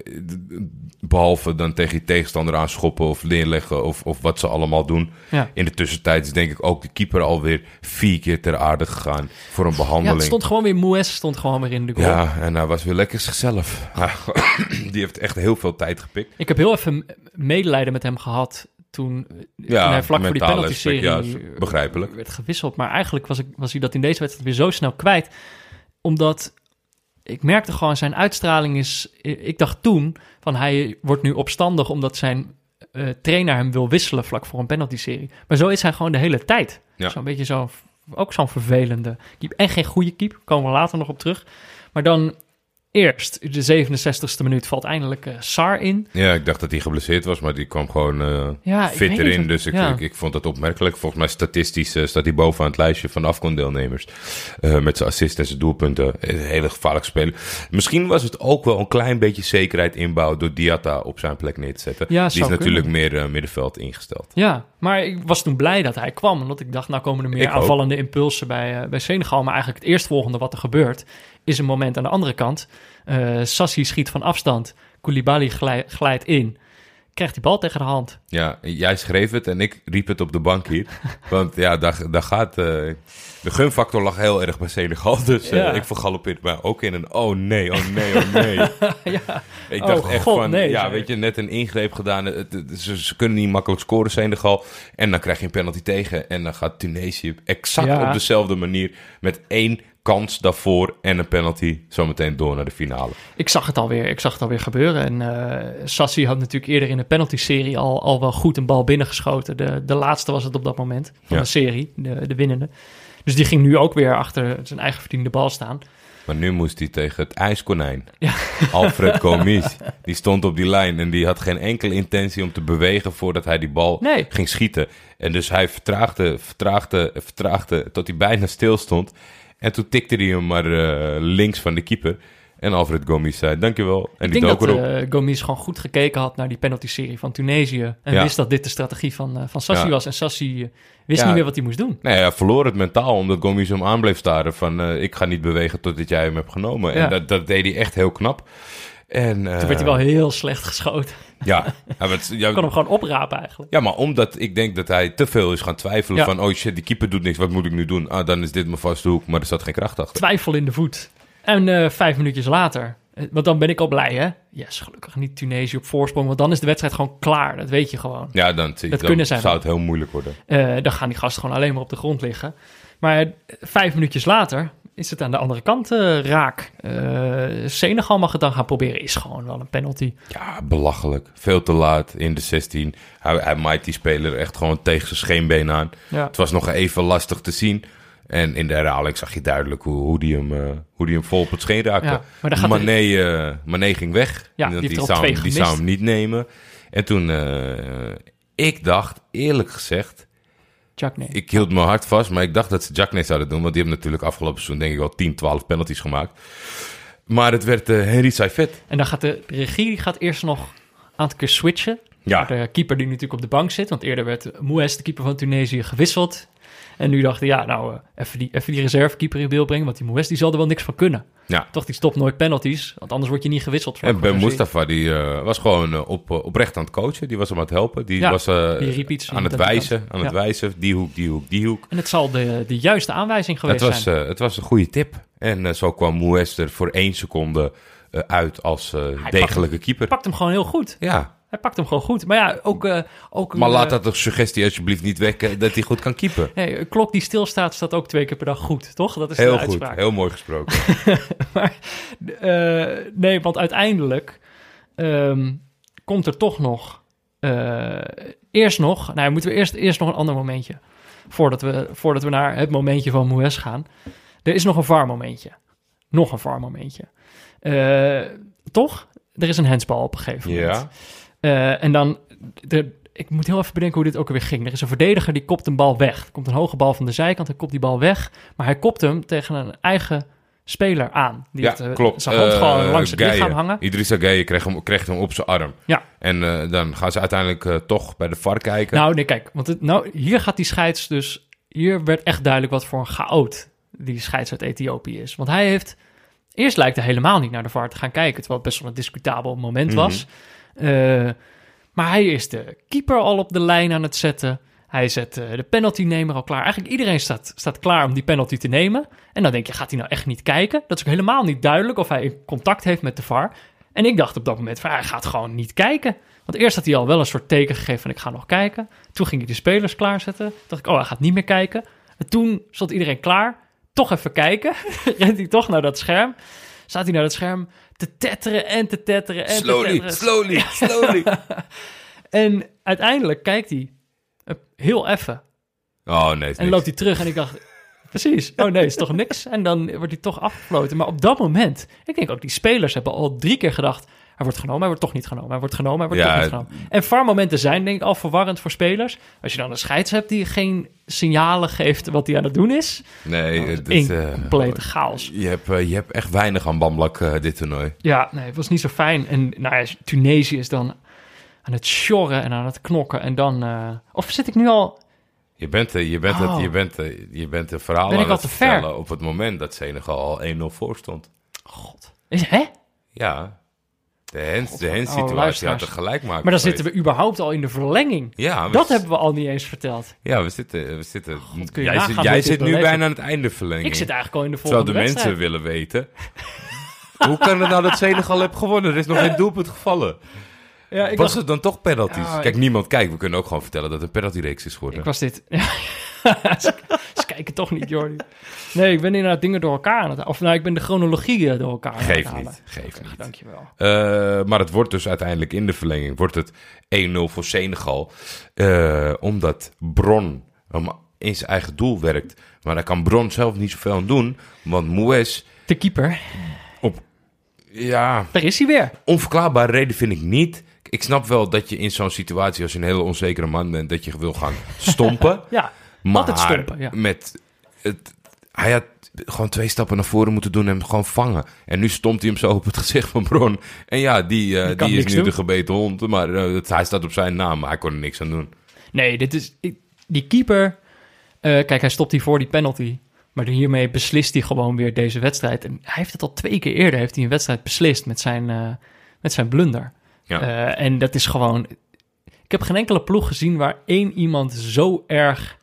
behalve dan tegen je tegenstander aanschoppen of neerleggen of wat ze allemaal doen. Ja. In de tussentijd is denk ik ook de keeper alweer 4 keer ter aarde gegaan voor een behandeling. Ja, het stond gewoon weer, Moes stond gewoon weer in de goal. Ja, en hij was weer lekker zichzelf. Die heeft echt heel veel tijd gepikt. Ik heb heel even medelijden met hem gehad toen hij vlak voor die penalty-serie begrijpelijk werd gewisseld. Maar eigenlijk was hij dat in deze wedstrijd weer zo snel kwijt, omdat... Ik merkte gewoon, zijn uitstraling is... Ik dacht toen, van hij wordt nu opstandig... omdat zijn trainer hem wil wisselen vlak voor een penalty-serie. Maar zo is hij gewoon de hele tijd. Ja. Zo'n beetje ook zo'n vervelende keep. En geen goede keep, komen we later nog op terug. Maar dan eerst, de 67e minuut, valt eindelijk Sarr in. Ja, ik dacht dat hij geblesseerd was, maar die kwam gewoon fit erin. Dus ik vond dat opmerkelijk. Volgens mij statistisch staat hij bovenaan het lijstje van de AFCON-deelnemers. Met zijn assists en zijn doelpunten. Een hele gevaarlijk speler. Misschien was het ook wel een klein beetje zekerheid inbouwen door Diatta op zijn plek neer te zetten. Ja, die is natuurlijk meer middenveld ingesteld. Ja, maar ik was toen blij dat hij kwam. Omdat ik dacht, nou komen er meer aanvallende impulsen bij Senegal. Maar eigenlijk het eerstvolgende wat er gebeurt... is een moment aan de andere kant. Sassi schiet van afstand. Koulibaly glijdt in. Krijgt die bal tegen de hand. Ja, jij schreef het en ik riep het op de bank hier. Want ja, daar gaat... de gunfactor lag heel erg bij Senegal. Dus ik vergalopeerde mij ook in een oh nee. Ja. Ik dacht echt God, van, nee, weet je, net een ingreep gedaan. Ze kunnen niet makkelijk scoren, Senegal. En dan krijg je een penalty tegen. En dan gaat Tunesië exact op dezelfde manier met 1 kans daarvoor en een penalty zometeen door naar de finale. Ik zag het alweer gebeuren. En Sassi had natuurlijk eerder in de penalty-serie al wel goed een bal binnengeschoten. De laatste was het op dat moment van de serie, de winnende. Dus die ging nu ook weer achter zijn eigen verdiende bal staan. Maar nu moest hij tegen het ijskonijn. Ja. Alfred Gomis. Die stond op die lijn en die had geen enkele intentie om te bewegen voordat hij die bal ging schieten. En dus hij vertraagde tot hij bijna stil stond. En toen tikte hij hem maar links van de keeper. En Alfred Gomis zei, dankjewel. En Ik die denk dook dat erop. Gomis gewoon goed gekeken had naar die penalty-serie van Tunesië. En wist dat dit de strategie van Sassi was. En Sassi wist niet meer wat hij moest doen. Nee, hij verloor het mentaal omdat Gomis hem aan bleef staren van... ik ga niet bewegen totdat jij hem hebt genomen. Ja. En dat deed hij echt heel knap. En, Toen werd hij wel heel slecht geschoten. Ja. Je kon hem gewoon oprapen eigenlijk. Ja, maar omdat ik denk dat hij te veel is gaan twijfelen Ja. van... oh shit, die keeper doet niks, wat moet ik nu doen? Dan is dit mijn vaste hoek, maar er zat geen kracht achter. Twijfel in de voet. En 5 minuutjes later... Want dan ben ik al blij, hè? Yes, gelukkig niet Tunesië op voorsprong. Want dan is de wedstrijd gewoon klaar. Dat weet je gewoon. Ja, dan zou het heel moeilijk worden. Dan gaan die gasten gewoon alleen maar op de grond liggen. Maar 5 minuutjes later is het aan de andere kant raak. Senegal mag het dan gaan proberen. Is gewoon wel een penalty. Ja, belachelijk. Veel te laat in de 16. Hij maait die speler echt gewoon tegen zijn scheenbeen aan. Ja. Het was nog even lastig te zien. En in de herhaling zag je duidelijk hoe die hem vol op het scheen raakte. Ja, maar dan gaat Mané ging weg. Ja, die heeft er al 2 gemist. Die zou hem niet nemen. En toen, ik dacht eerlijk gezegd... Jacné. Ik hield mijn hart vast, maar ik dacht dat ze Jacné zouden doen. Want die hebben natuurlijk afgelopen seizoen denk ik wel 10, 12 penalties gemaakt. Maar het werd Henry Saifet. En dan gaat de regie die gaat eerst nog een aantal keer switchen. Ja. De keeper die natuurlijk op de bank zit. Want eerder werd Moues, de keeper van Tunesië, gewisseld. En nu dachten even die reservekeeper in beeld brengen. Want die Moues die zal er wel niks van kunnen. Ja. Toch, die stopt nooit penalties. Want anders word je niet gewisseld. En Ben Mustafa die was gewoon oprecht aan het coachen. Die was hem aan het helpen. Die was die riep iets aan het wijzen. Die hoek. En het zal de juiste aanwijzing geweest zijn. Het was een goede tip. En zo kwam Moues er voor 1 seconde uit als degelijke keeper. Hij pakt hem gewoon heel goed. Ja. Hij pakt hem gewoon goed. Maar ja, ook maar laat dat de suggestie alsjeblieft niet wekken dat hij goed kan keepen. Nee, een klok die stilstaat staat ook 2 keer per dag goed, toch? Dat is heel de goed, uitspraak. heel mooi gesproken. Maar nee, want uiteindelijk komt er toch nog... moeten we eerst nog een ander momentje. Voordat we naar het momentje van Moues gaan. Er is nog een VAR-momentje. Nog een VAR-momentje. Toch? Er is een handsbal op een gegeven moment. Ja. En dan... Ik moet heel even bedenken hoe dit ook alweer ging. Er is een verdediger die kopt een bal weg. Er komt een hoge bal van de zijkant, hij kopt die bal weg. Maar hij kopt hem tegen een eigen speler aan. Die klopt. Zijn hand gewoon langs het lichaam hangen. Idrissa Gueye kreeg hem op zijn arm. Ja. En dan gaan ze uiteindelijk toch bij de VAR kijken. Nou, nee, kijk. Want hier gaat die scheids dus... Hier werd echt duidelijk wat voor een chaot die scheids uit Ethiopië is. Want hij heeft... Eerst lijkt hij helemaal niet naar de VAR te gaan kijken. Terwijl het best wel een discutabel moment was. Maar hij is de keeper al op de lijn aan het zetten. Hij zet de penaltynemer al klaar. Eigenlijk iedereen staat klaar om die penalty te nemen. En dan denk je, gaat hij nou echt niet kijken? Dat is ook helemaal niet duidelijk of hij contact heeft met de VAR. En ik dacht op dat moment, hij gaat gewoon niet kijken. Want eerst had hij al wel een soort teken gegeven van ik ga nog kijken. Toen ging hij de spelers klaarzetten. Toen dacht ik, hij gaat niet meer kijken. En toen stond iedereen klaar. Toch even kijken. Rent hij toch naar dat scherm. Staat hij naar dat scherm te tetteren en te tetteren en Slowly. En uiteindelijk kijkt hij heel even. Oh nee, en loopt hij terug en ik dacht, precies, oh nee, is toch niks? En dan wordt hij toch afgefloten. Maar op dat moment, ik denk ook die spelers hebben al 3 keer gedacht, hij wordt genomen, hij wordt toch niet genomen, hij wordt genomen, hij wordt toch niet genomen. En VAR-momenten zijn denk ik al verwarrend voor spelers. Als je dan een scheids hebt die geen signalen geeft wat hij aan het doen is. Nee, het is een complete chaos. Je hebt echt weinig aan bamblak dit toernooi. Ja, nee, het was niet zo fijn. En Tunesië is dan aan het sjorren en aan het knokken. En dan... of zit ik nu al... Je bent een verhaal aan het vertellen op het moment dat Senegal al 1-0 voor stond. God. Hè? Ja. De handsituatie had er gelijk maken. Maar dan zitten we überhaupt al in de verlenging. Ja, dat hebben we al niet eens verteld. Ja, we zitten. God, jij zit nu bijna aan het einde verlenging. Ik zit eigenlijk al in de volgende wedstrijd. Terwijl de mensen willen weten. Hoe kan het nou dat Senegal heeft gewonnen? Er is nog geen doelpunt gevallen. Ja, was het dan toch penalties? Ja, kijk, niemand kijkt. We kunnen ook gewoon vertellen dat het een penaltyreeks is geworden. Ik was dit... Ze kijken toch niet, Jordi. Nee, ik ben inderdaad dingen door elkaar aan het... Of ik ben de chronologie door elkaar aan het halen. Geef niet. Dankjewel. Maar het wordt dus uiteindelijk in de verlenging... wordt het 1-0 voor Senegal. Omdat Bron in zijn eigen doel werkt. Maar daar kan Bron zelf niet zoveel aan doen. Want Moues... De keeper. Ja... Daar is hij weer. Onverklaarbare reden vind ik niet... Ik snap wel dat je in zo'n situatie, als je een hele onzekere man bent, dat je wil gaan stompen. Ja, maar altijd stompen. Ja. gewoon 2 stappen naar voren moeten doen en hem gewoon vangen. En nu stompt hij hem zo op het gezicht van Bron. En ja, die is nu de gebeten hond. Maar hij staat op zijn naam, maar hij kon er niks aan doen. Nee, die keeper... kijk, hij stopt hier voor die penalty. Maar hiermee beslist hij gewoon weer deze wedstrijd. En hij heeft het al 2 keer eerder, heeft hij een wedstrijd beslist met zijn blunder. Ja. En dat is gewoon... Ik heb geen enkele ploeg gezien waar 1 iemand zo erg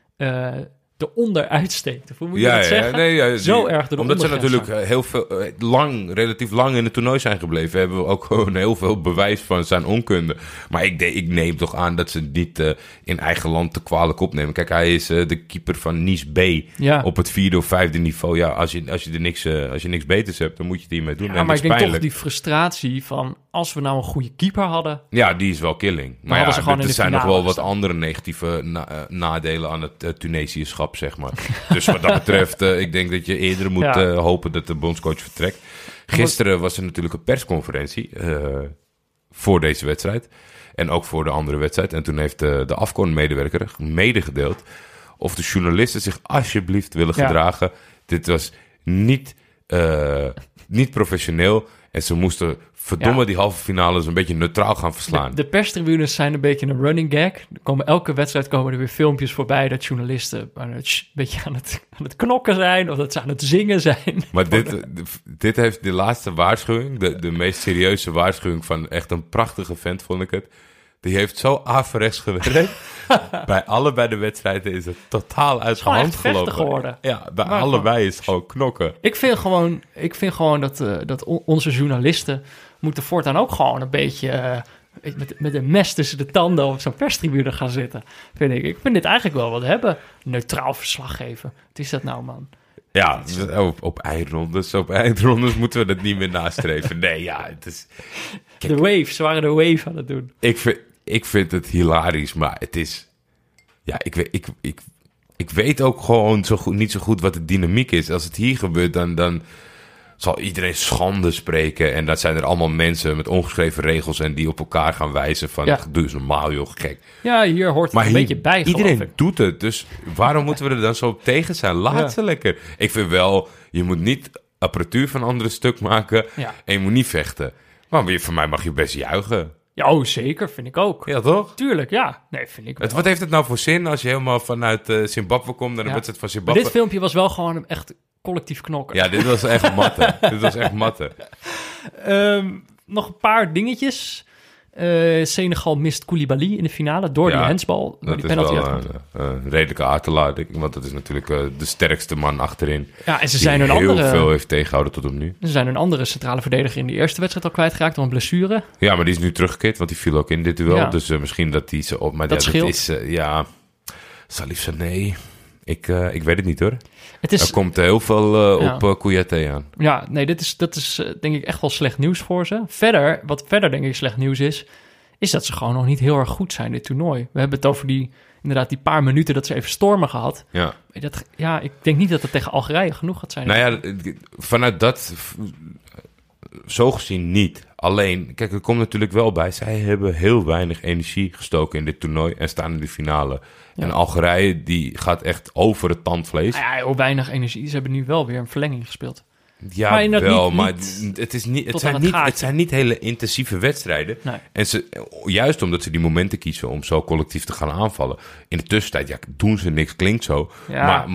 eronder uitsteekt. Of hoe moet je dat zeggen? Nee, zo erg eronder. Omdat ze natuurlijk heel veel, relatief lang in het toernooi zijn gebleven, hebben we ook gewoon heel veel bewijs van zijn onkunde. Maar ik neem toch aan dat ze het niet in eigen land te kwalijk opnemen. Kijk, hij is de keeper van Nice B op het 4e of 5e niveau. Ja, als je niks beters hebt, dan moet je het hiermee doen. Ja, maar ik denk toch die frustratie van, als we nou een goede keeper hadden... Ja, die is wel killing. Maar ja, er zijn nog wel wat andere negatieve nadelen aan het Tunesiëschap, zeg maar. Dus wat dat betreft, ik denk dat je eerder moet hopen dat de bondscoach vertrekt. Gisteren was er natuurlijk een persconferentie voor deze wedstrijd. En ook voor de andere wedstrijd. En toen heeft de AFCON-medewerker medegedeeld of de journalisten zich alsjeblieft willen gedragen. Dit was niet professioneel. En ze moesten die halve finales een beetje neutraal gaan verslaan. De perstribunes zijn een beetje een running gag. Elke wedstrijd komen er weer filmpjes voorbij dat journalisten een beetje aan het knokken zijn of dat ze aan het zingen zijn. Maar dit heeft de laatste waarschuwing, de meest serieuze waarschuwing van echt een prachtige vent, vond ik het. Die heeft zo averechts gewerkt. Bij allebei de wedstrijden is het totaal uit de hand gelopen. Geworden. Ja, bij allebei is het gewoon knokken. Ik vind gewoon dat onze journalisten moeten voortaan ook gewoon een beetje met een mes tussen de tanden op zo'n perstribune gaan zitten. Vind ik. Ik vind dit eigenlijk wel wat hebben. Neutraal verslag geven. Wat is dat nou, man? Ja, op eindrondes moeten we dat niet meer nastreven. Nee, ja, het is... Kijk, ze waren de wave aan het doen. Ik vind het hilarisch, maar het is... Ja, ik weet ook gewoon niet zo goed wat de dynamiek is. Als het hier gebeurt, dan zal iedereen schande spreken. En dat zijn er allemaal mensen met ongeschreven regels en die op elkaar gaan wijzen van... Ja. Doe eens normaal, joh, gek. Ja, hier hoort het een beetje bij, iedereen doet het, dus waarom moeten we er dan zo op tegen zijn? Laat ze lekker. Ik vind wel, je moet niet apparatuur van anderen stuk maken en je moet niet vechten. Maar voor mij mag je best juichen. Ja, zeker, vind ik ook. Ja, toch? Tuurlijk, ja. Nee, vind ik wel. Wat heeft het nou voor zin als je helemaal vanuit Zimbabwe komt naar de wedstrijd van Zimbabwe? Maar dit filmpje was wel gewoon echt collectief knokken. Ja, dit was echt matten. Nog een paar dingetjes. Senegal mist Koulibaly in de finale door die handsbal. Dat die penalty is wel een redelijke aartelaar, want dat is natuurlijk de sterkste man achterin. Ja, en ze zijn heel veel heeft tegengehouden tot op nu. Ze zijn een andere centrale verdediger in de eerste wedstrijd al kwijtgeraakt door een blessure. Ja, maar die is nu teruggekeerd, want die viel ook in dit duel. Ja. Dus misschien dat die ze op... Maar dat scheelt. Dat is, Salif Sané... Ik weet het niet, hoor. Er komt heel veel op Kouyaté aan. Ja, nee, dat is denk ik echt wel slecht nieuws voor ze. Wat verder denk ik slecht nieuws is dat ze gewoon nog niet heel erg goed zijn, dit toernooi. We hebben het over die paar minuten dat ze even stormen gehad. Ja. Ik denk niet dat het tegen Algerije genoeg gaat zijn. Nou ja, vanuit dat... Zo gezien niet. Alleen, kijk, er komt natuurlijk wel bij... zij hebben heel weinig energie gestoken in dit toernooi... en staan in de finale. Ja. En Algerije, die gaat echt over het tandvlees. Ja, heel weinig energie. Ze hebben nu wel weer een verlenging gespeeld. Ja, maar wel, maar het zijn niet hele intensieve wedstrijden. Nee. En juist omdat ze die momenten kiezen om zo collectief te gaan aanvallen... in de tussentijd, doen ze niks, klinkt zo. Ja. Maar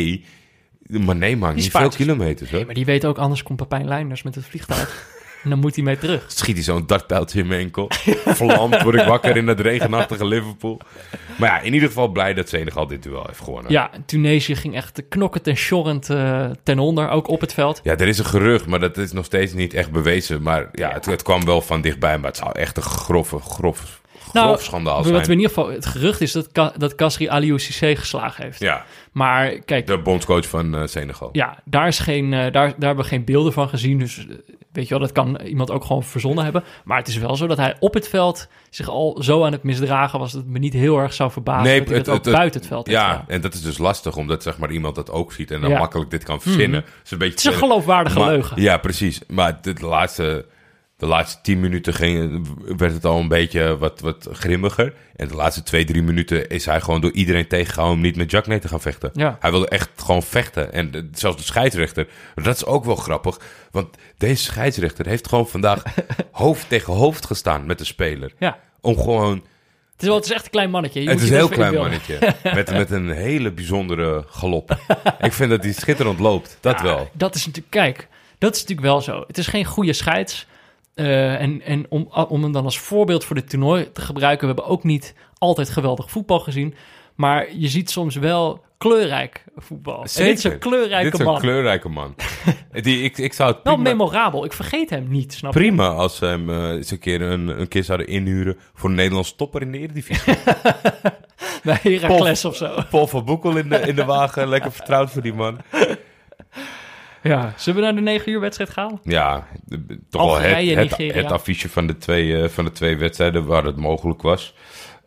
Mané maakt niet veel kilometers, hoor. Nee, maar die weet ook, anders komt Pepijn Leijnders met het vliegtuig. En dan moet hij mee terug. Schiet hij zo'n dartpijltje in mijn enkel. Vlamt, word ik wakker in dat regenachtige Liverpool. Maar ja, in ieder geval blij dat Senegal dit duel heeft gewonnen. Ja, Tunesië ging echt knokkend en sjorrend ten onder, ook op het veld. Ja, er is een gerucht, maar dat is nog steeds niet echt bewezen. Maar ja, het kwam wel van dichtbij, maar het zou echt een grof schandaal zijn. Wat we in ieder geval, het gerucht is dat Kasri Aliou Cissé geslagen heeft. Ja. Maar kijk, de bondscoach van Senegal. Ja, daar hebben we geen beelden van gezien. Dus weet je wel, dat kan iemand ook gewoon verzonnen hebben. Maar het is wel zo dat hij op het veld zich al zo aan het misdragen was... dat het me niet heel erg zou verbazen dat hij ook buiten het veld heeft. Ja, en dat is dus lastig, omdat zeg maar iemand dat ook ziet... en dan makkelijk dit kan verzinnen. Het is een geloofwaardige leugen. Ja, precies. Maar de De laatste 10 minuten werd het al een beetje wat grimmiger. En de laatste 2-3 minuten is hij gewoon door iedereen tegengehouden om niet met Jacques te gaan vechten. Ja. Hij wilde echt gewoon vechten. En zelfs de scheidsrechter, dat is ook wel grappig. Want deze scheidsrechter heeft gewoon vandaag hoofd tegen hoofd gestaan met de speler. Ja. Om gewoon... Het is echt een klein mannetje. Het is een heel klein mannetje. Met een hele bijzondere galop. Ik vind dat hij schitterend loopt. Dat wel. Dat is natuurlijk wel zo. Het is geen goede scheids. En om hem dan als voorbeeld voor dit toernooi te gebruiken... we hebben ook niet altijd geweldig voetbal gezien... maar je ziet soms wel kleurrijk voetbal. Zeker. En dit is een kleurrijke man. Ik zou het wel memorabel. Ik vergeet hem niet, snap je? Prima als ze hem eens een keer een keer zouden inhuren... voor een Nederlands topper in de Eredivisie. Bij Heracles of zo. Paul van Boekel in de wagen. Lekker vertrouwd voor die man. Ja, zullen we naar de 9 uur wedstrijd gaan? Ja, toch Algerije, wel Nigeria. het affiche van de twee wedstrijden waar het mogelijk was.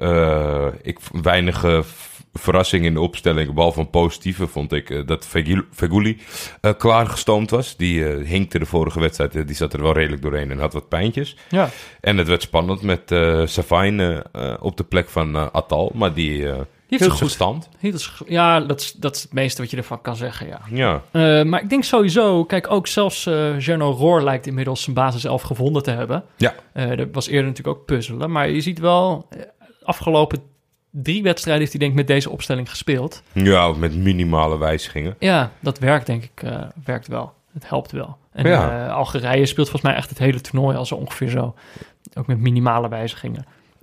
Weinig verrassing in de opstelling, behalve een positieve, vond ik dat Feghouli klaargestoomd was. Die hinkte de vorige wedstrijd, die zat er wel redelijk doorheen en had wat pijntjes. Ja. En het werd spannend met Safine op de plek van Attal, maar die heeft hield goed zijn stand. Ja, dat is het meeste wat je ervan kan zeggen, ja. Ja. Maar ik denk sowieso, kijk, ook zelfs Gernot Rohr lijkt inmiddels zijn basiself gevonden te hebben. Ja. Dat was eerder natuurlijk ook puzzelen, maar je ziet wel, afgelopen 3 wedstrijden heeft hij denk ik met deze opstelling gespeeld. Ja, met minimale wijzigingen. Ja, dat werkt denk ik, werkt wel. Het helpt wel. En Algerije speelt volgens mij echt het hele toernooi al zo ongeveer zo. Ook met minimale wijzigingen.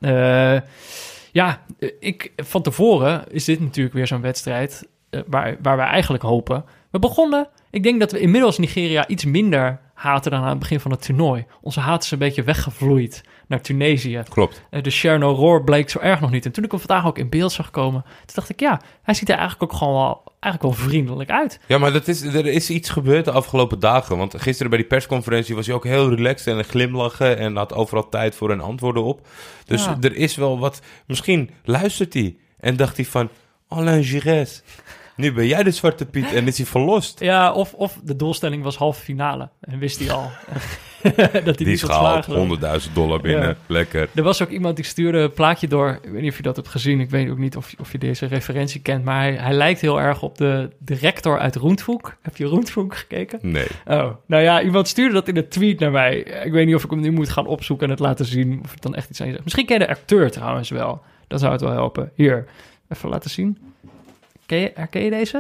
Van tevoren is dit natuurlijk weer zo'n wedstrijd waar wij eigenlijk hopen. We begonnen, ik denk dat we inmiddels Nigeria iets minder haten dan aan het begin van het toernooi. Onze haat is een beetje weggevloeid naar Tunesië. Klopt. De Gernot Rohr bleek zo erg nog niet. En toen ik hem vandaag ook in beeld zag komen, toen dacht ik, ja, hij ziet er eigenlijk ook gewoon wel vriendelijk uit. Ja, maar er is iets gebeurd de afgelopen dagen. Want gisteren bij die persconferentie was hij ook heel relaxed en glimlachen en had overal tijd voor en antwoorden op. Dus er is wel wat... Misschien luistert hij en dacht hij van... Alain Giresse, nu ben jij de Zwarte Piet en is hij verlost. Ja, of de doelstelling was halve finale. En wist hij al dat hij die niet is gehaald, $100.000 binnen. Ja. Lekker. Er was ook iemand die stuurde een plaatje door. Ik weet niet of je dat hebt gezien. Ik weet ook niet of je deze referentie kent. Maar hij lijkt heel erg op de rector uit Rundfunk. Heb je Rundfunk gekeken? Nee. Oh, nou ja, iemand stuurde dat in een tweet naar mij. Ik weet niet of ik hem nu moet gaan opzoeken en het laten zien. Of ik dan echt iets aan je zeg. Misschien ken je de acteur trouwens wel. Dan zou het wel helpen. Hier, even laten zien. Herken je deze?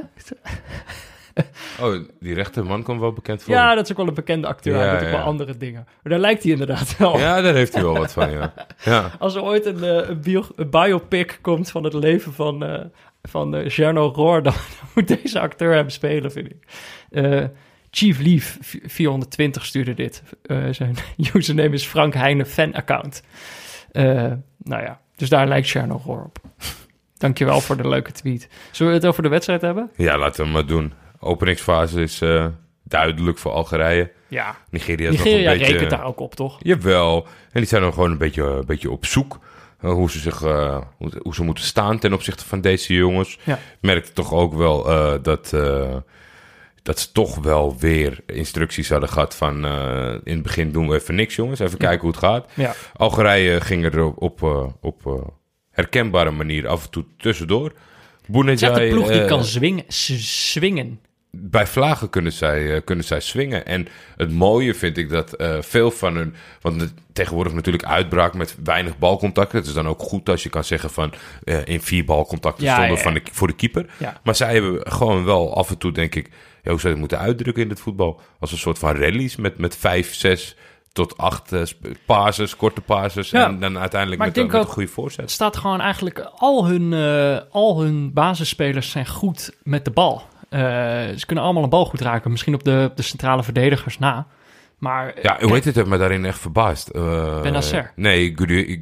Oh, die rechterman komt wel bekend voor. Ja, dat is ook wel een bekende acteur. Hij doet ook wel andere dingen. Maar daar lijkt hij inderdaad wel. Ja, daar heeft hij wel wat van, ja. Als er ooit een biopic komt van het leven van Gernot Rohr, dan moet deze acteur hem spelen, vind ik. Chief Leaf 420 stuurde dit. Zijn username is Frank Heijnen fanaccount. Nou ja, dus daar lijkt Gernot Rohr op. Dankjewel voor de leuke tweet. Zullen we het over de wedstrijd hebben? Ja, laten we hem maar doen. Openingsfase is duidelijk voor Algerije. Ja. Nigeria is nog een beetje... rekent daar ook op, toch? Jawel. En die zijn dan gewoon een beetje op zoek. Hoe ze moeten staan ten opzichte van deze jongens. Ja. Merkte toch ook wel dat ze toch wel weer instructies hadden gehad van... in het begin doen we even niks, jongens. Even kijken hoe het gaat. Ja. Algerije ging er op herkenbare manier af en toe tussendoor. Het is echt een ploeg die kan swingen. Bij vlagen kunnen zij swingen. En het mooie vind ik dat veel van hun... Want tegenwoordig natuurlijk uitbraak met weinig balcontacten. Het is dan ook goed als je kan zeggen van... in 4 balcontacten stonden voor de keeper. Ja. Maar zij hebben gewoon wel af en toe, denk ik... hoe zou je het moeten uitdrukken in het voetbal? Als een soort van rallies met 5, 6... tot 8 passes, korte passes. Ja. En dan uiteindelijk met een goede voorzet. Het staat gewoon eigenlijk... Al hun basisspelers zijn goed met de bal. Ze kunnen allemaal een bal goed raken. Misschien op de centrale verdedigers na. Maar, ja, hoe heet het? Heeft me daarin echt verbaasd. Benacer. Nee,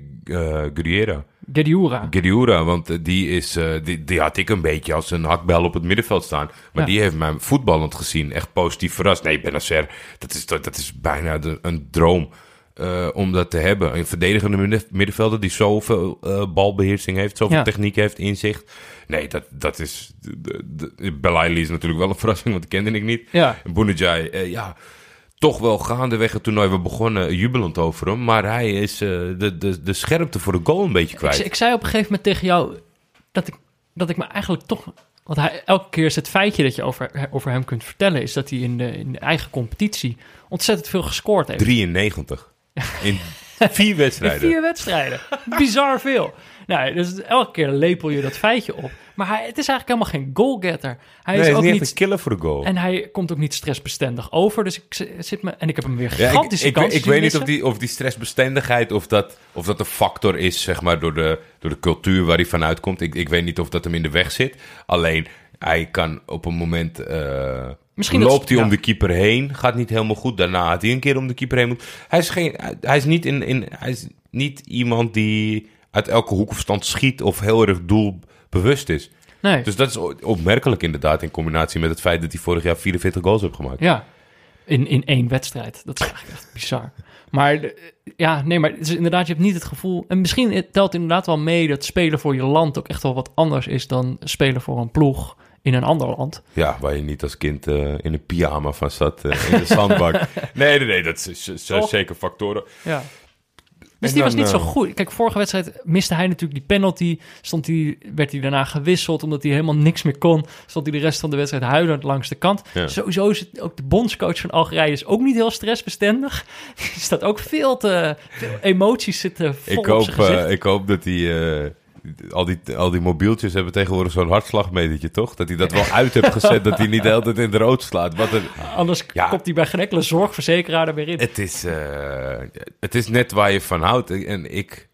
Guediura, want die had ik een beetje als een hakbel op het middenveld staan. Maar die heeft mij voetballend gezien echt positief verrast. Nee, Benacer, dat is bijna een droom om dat te hebben. Een verdedigende middenvelder die zoveel balbeheersing heeft, zoveel techniek heeft, inzicht. Nee, dat is... Belaïli is natuurlijk wel een verrassing, want die kende ik niet. Ja. Bounedjah, toch wel gaandeweg het toernooi. We begonnen jubelend over hem. Maar hij is de scherpte voor de goal een beetje kwijt. Ik zei op een gegeven moment tegen jou dat ik me eigenlijk toch... Want elke keer is het feitje dat je over hem kunt vertellen... is dat hij in de eigen competitie ontzettend veel gescoord heeft. 93. In 4 wedstrijden. In 4 wedstrijden. Bizar veel. Nou, dus elke keer lepel je dat feitje op. Maar het is eigenlijk helemaal geen goalgetter. Hij is ook niet niet echt een killer voor de goal. En hij komt ook niet stressbestendig over. Dus ik heb hem weer gigantische kansen. Ik weet niet of die stressbestendigheid... Of dat een factor is, zeg maar, door de cultuur waar hij vanuit komt. Ik weet niet of dat hem in de weg zit. Alleen, hij kan op een moment... loopt hij om de keeper heen. Gaat niet helemaal goed. Daarna had hij een keer om de keeper heen moet. Hij is niet iemand die uit elke hoek of stand schiet... of heel erg doelbewust is. Nee. Dus dat is opmerkelijk inderdaad... in combinatie met het feit dat hij vorig jaar 44 goals heeft gemaakt. Ja, in 1 wedstrijd. Dat is eigenlijk echt bizar. Maar maar het is inderdaad, je hebt niet het gevoel... En misschien telt inderdaad wel mee dat spelen voor je land... ook echt wel wat anders is dan spelen voor een ploeg... in een ander land. Ja, waar je niet als kind in een pyjama van zat in de zandbak. Nee, dat is zeker factoren. Ja. Dus die was niet zo goed. Kijk, vorige wedstrijd miste hij natuurlijk die penalty. Werd hij daarna gewisseld omdat hij helemaal niks meer kon. Stond hij de rest van de wedstrijd huilend langs de kant. Ja. Sowieso is het ook de bondscoach van Algerije is ook niet heel stressbestendig. Er staat ook veel emoties zitten vol op zijn gezicht. Ik hoop dat hij... Al die mobieltjes hebben tegenwoordig zo'n hartslagmetertje, toch? Dat hij dat wel uit heeft gezet, dat hij niet de hele tijd in de rood slaat. Anders komt hij bij geen enkele zorgverzekeraar er weer in. Het is net waar je van houdt. En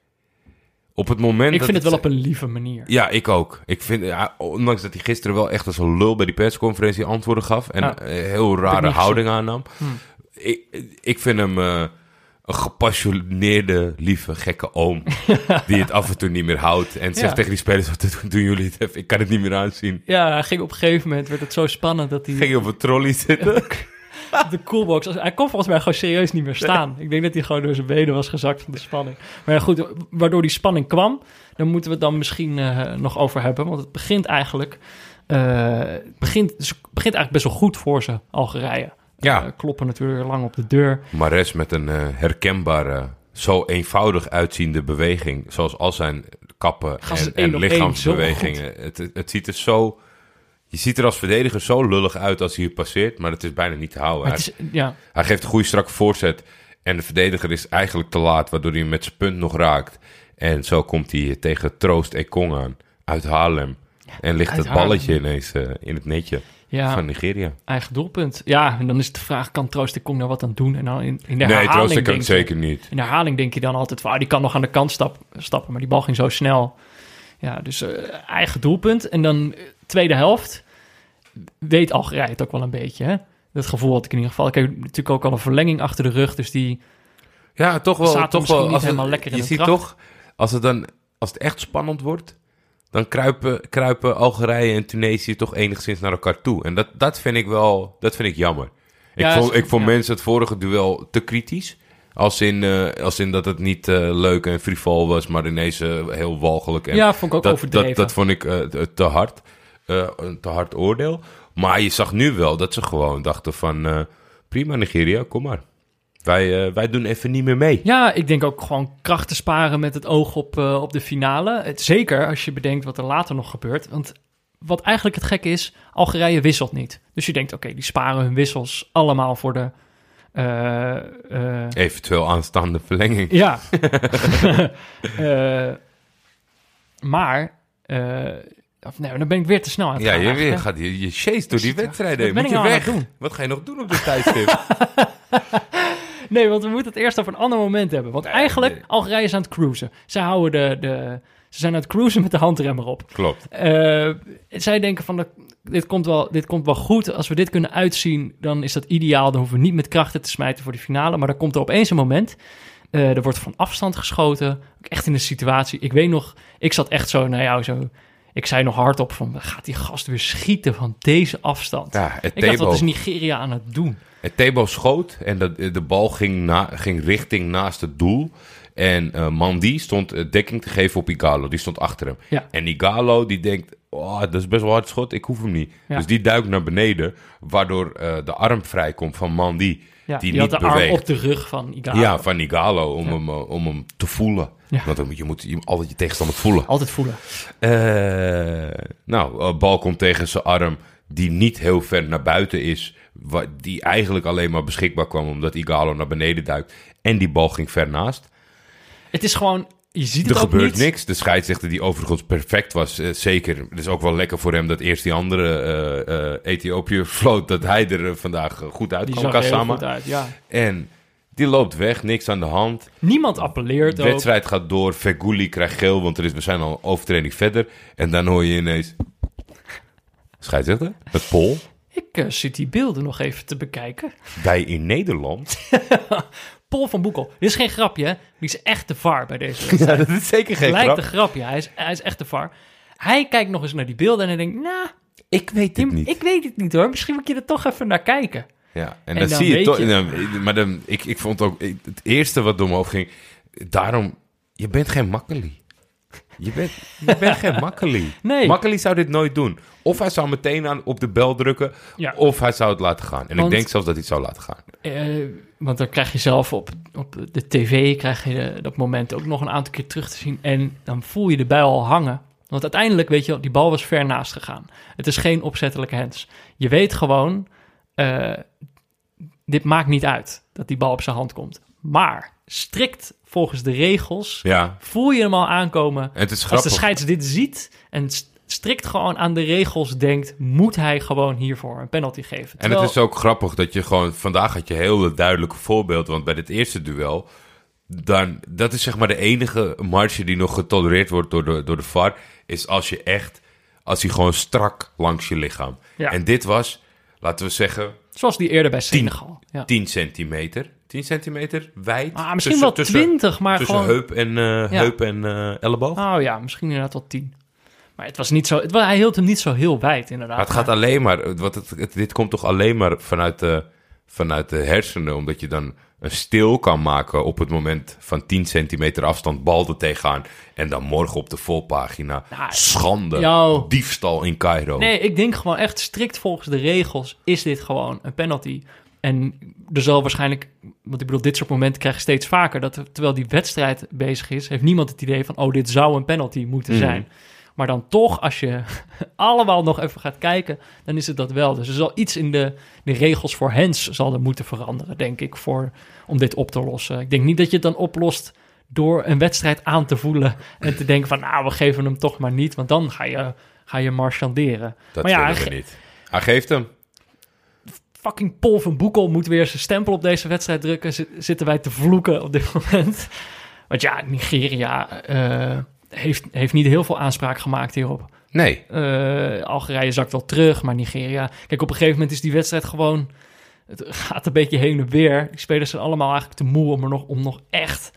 op het moment ik vind het wel op een lieve manier. Ja, ik ook. Ik vind, ondanks dat hij gisteren wel echt als een lul bij die persconferentie antwoorden gaf... en heel rare houding aannam. Ik vind hem... een gepassioneerde, lieve, gekke oom... die het af en toe niet meer houdt... en zegt tegen die spelers... wat doen jullie het even? Ik kan het niet meer aanzien. Ja, hij ging op een gegeven moment... werd het zo spannend dat hij... Ging op een trolley zitten. De coolbox. Hij kon volgens mij gewoon serieus niet meer staan. Ik denk dat hij gewoon door zijn benen was gezakt van de spanning. Maar ja, goed, waardoor die spanning kwam... daar moeten we het dan misschien nog over hebben. Want het begint eigenlijk... begint eigenlijk best wel goed voor ze, Algerije. Ja. Kloppen natuurlijk lang op de deur. Mahrez met een herkenbare, zo eenvoudig uitziende beweging. Zoals al zijn kappen en lichaamsbewegingen. Het ziet er zo... Je ziet er als verdediger zo lullig uit als hij hier passeert. Maar het is bijna niet te houden. Hij geeft een goede strakke voorzet. En de verdediger is eigenlijk te laat. Waardoor hij hem met zijn punt nog raakt. En zo komt hij tegen Troost Ekong aan. Uit Haarlem. En ligt het balletje ineens in het netje. Ja, van Nigeria. Eigen doelpunt. Ja, en dan is het de vraag, kan Troost Ekong daar wat aan doen? En dan in de herhaling... Nee, Troost Ekong zeker niet. In de herhaling denk je dan altijd van... die kan nog aan de kant stappen, maar die bal ging zo snel. Ja, dus eigen doelpunt. En dan tweede helft... weet Algerije het ook wel een beetje, hè? Dat gevoel had ik in ieder geval. Ik heb natuurlijk ook al een verlenging achter de rug, dus die... Ja, toch wel. Niet helemaal lekker in je de ziet kracht. Toch, als het echt spannend wordt... dan kruipen Algerije en Tunesië toch enigszins naar elkaar toe. En dat vind ik jammer. Ik vond mensen het vorige duel te kritisch. Als in dat het niet leuk en frivol was, maar ineens heel walgelijk. En vond ik ook overdreven. Dat vond ik te hard. Een te hard oordeel. Maar je zag nu wel dat ze gewoon dachten van... prima Nigeria, kom maar. Wij doen even niet meer mee. Ja, ik denk ook gewoon krachten sparen met het oog op de finale. Zeker als je bedenkt wat er later nog gebeurt. Want wat eigenlijk het gekke is, Algerije wisselt niet. Dus je denkt, oké, die sparen hun wissels allemaal voor de... eventueel aanstaande verlenging. Ja. Maar... dan ben ik weer te snel aan het gaan. Ja, je gaat je chase door die wedstrijden heen. Moet je weg? Wat ga je nog doen op dit tijdstip? Nee, want we moeten het eerst over een ander moment hebben. Want eigenlijk, Algerije is aan het cruisen. Ze houden ze zijn aan het cruisen met de handrem erop. Klopt. Zij denken van, dit komt wel goed. Als we dit kunnen uitzien, dan is dat ideaal. Dan hoeven we niet met krachten te smijten voor de finale. Maar dan komt er opeens een moment... er wordt van afstand geschoten. Ook echt in de situatie. Ik weet nog, ik zat echt zo naar jou zo... Ik zei nog hardop van, gaat die gast weer schieten van deze afstand? Ja, ik dacht, wat is Nigeria aan het doen? Etebo schoot en de bal ging richting naast het doel. En Mandy stond dekking te geven op Ighalo. Die stond achter hem. Ja. En Ighalo die denkt, dat is best wel hard schot, ik hoef hem niet. Ja. Dus die duikt naar beneden, waardoor de arm vrijkomt van Mandy. Ja, die die had niet de beweegt. arm op de rug van Ighalo. Ja, van Ighalo, om hem te voelen. Ja. Want je moet altijd je tegenstander voelen. Altijd voelen. Bal komt tegen zijn arm, die niet heel ver naar buiten is. Die eigenlijk alleen maar beschikbaar kwam omdat Ighalo naar beneden duikt. En die bal ging ver naast. Het is gewoon, je ziet het Er ook gebeurt niet. niks. De scheidsrechter die overigens perfect was, zeker. Het is ook wel lekker voor hem dat eerst die andere Ethiopiër floot, dat hij er vandaag goed Die uitkwam. zag er heel Gassama. goed uit, ja. En die loopt weg, niks aan de hand. Niemand appelleert De ook. wedstrijd gaat door. Feghouli krijgt geel, want we zijn al een overtreding verder. En dan hoor je ineens... Scheidsrechter? Met Pol. Ik zit die beelden nog even te bekijken. Wij in Nederland. Paul van Boekel. Dit is geen grapje, hè? Die is echt de VAR bij deze wedstrijd. Ja, dat is zeker geen Lijkt grap. een grapje. Hij is echt de VAR. Hij kijkt nog eens naar die beelden en hij denkt... Nou, Ik weet het niet. ik weet het niet hoor. Misschien moet je er toch even naar kijken. Ja, en En dan dan zie je weet toch... je. Maar dan, ik vond ook... Het eerste wat door me hoofd ging... Daarom... Je bent geen Makkeli. Je bent geen Makkeli. Nee. Makkeli zou dit nooit doen. Of hij zou meteen op de bel drukken... Ja. Of hij zou het laten gaan. En Want- ik denk zelfs dat hij het zou laten gaan. Want dan krijg je zelf op de tv... krijg je dat moment ook nog een aantal keer terug te zien. En dan voel je de bijl al hangen. Want uiteindelijk, weet je wel, die bal was ver naast gegaan. Het is geen opzettelijke hands. Je weet gewoon... dit maakt niet uit dat die bal op zijn hand komt. Maar strikt volgens de regels... Ja. voel je hem al aankomen. En het is Als de grappig. scheids dit ziet en strikt gewoon aan de regels denkt... moet hij gewoon hiervoor een penalty geven. En Terwijl, het is ook grappig dat je gewoon... Vandaag had je een heel duidelijke voorbeeld. Want bij het eerste duel... Dat is zeg maar de enige marge die nog getolereerd wordt door de VAR... is als hij gewoon strak langs je lichaam. Ja. En dit was, laten we zeggen... zoals die eerder bij Senegal. Ja. 10 centimeter. 10 centimeter wijd. Misschien wel 20, maar tussen gewoon... heup en elleboog. Oh ja, misschien inderdaad wel 10. Maar het was niet zo... hij hield hem niet zo heel wijd, inderdaad. Maar het gaat alleen maar... Dit komt toch alleen maar vanuit de hersenen... omdat je dan een stil kan maken... op het moment van 10 centimeter afstand... bal er tegenaan. En dan morgen op de voorpagina... Nou, schande, diefstal in Cairo. Nee, ik denk gewoon echt strikt volgens de regels... is dit gewoon een penalty. En er zal waarschijnlijk... want ik bedoel, dit soort momenten krijg je steeds vaker... dat terwijl die wedstrijd bezig is... heeft niemand het idee van... oh, dit zou een penalty moeten zijn. Maar dan toch, als je allemaal nog even gaat kijken... dan is het dat wel. Dus er zal iets in de regels voor hands zal er moeten veranderen... denk ik, om dit op te lossen. Ik denk niet dat je het dan oplost... door een wedstrijd aan te voelen... en te denken van, nou, we geven hem toch maar niet... want dan ga je marchanderen. Dat maar ja, vinden we niet. Hij geeft hem. fucking Paul van Boekel moet weer zijn stempel op deze wedstrijd drukken. Zitten wij te vloeken op dit moment. Want ja, Nigeria heeft niet heel veel aanspraak gemaakt hierop. Nee. Algerije zakt wel terug, maar Nigeria... Kijk, op een gegeven moment is die wedstrijd gewoon... Het gaat een beetje heen en weer. Die spelers zijn allemaal eigenlijk te moe om nog echt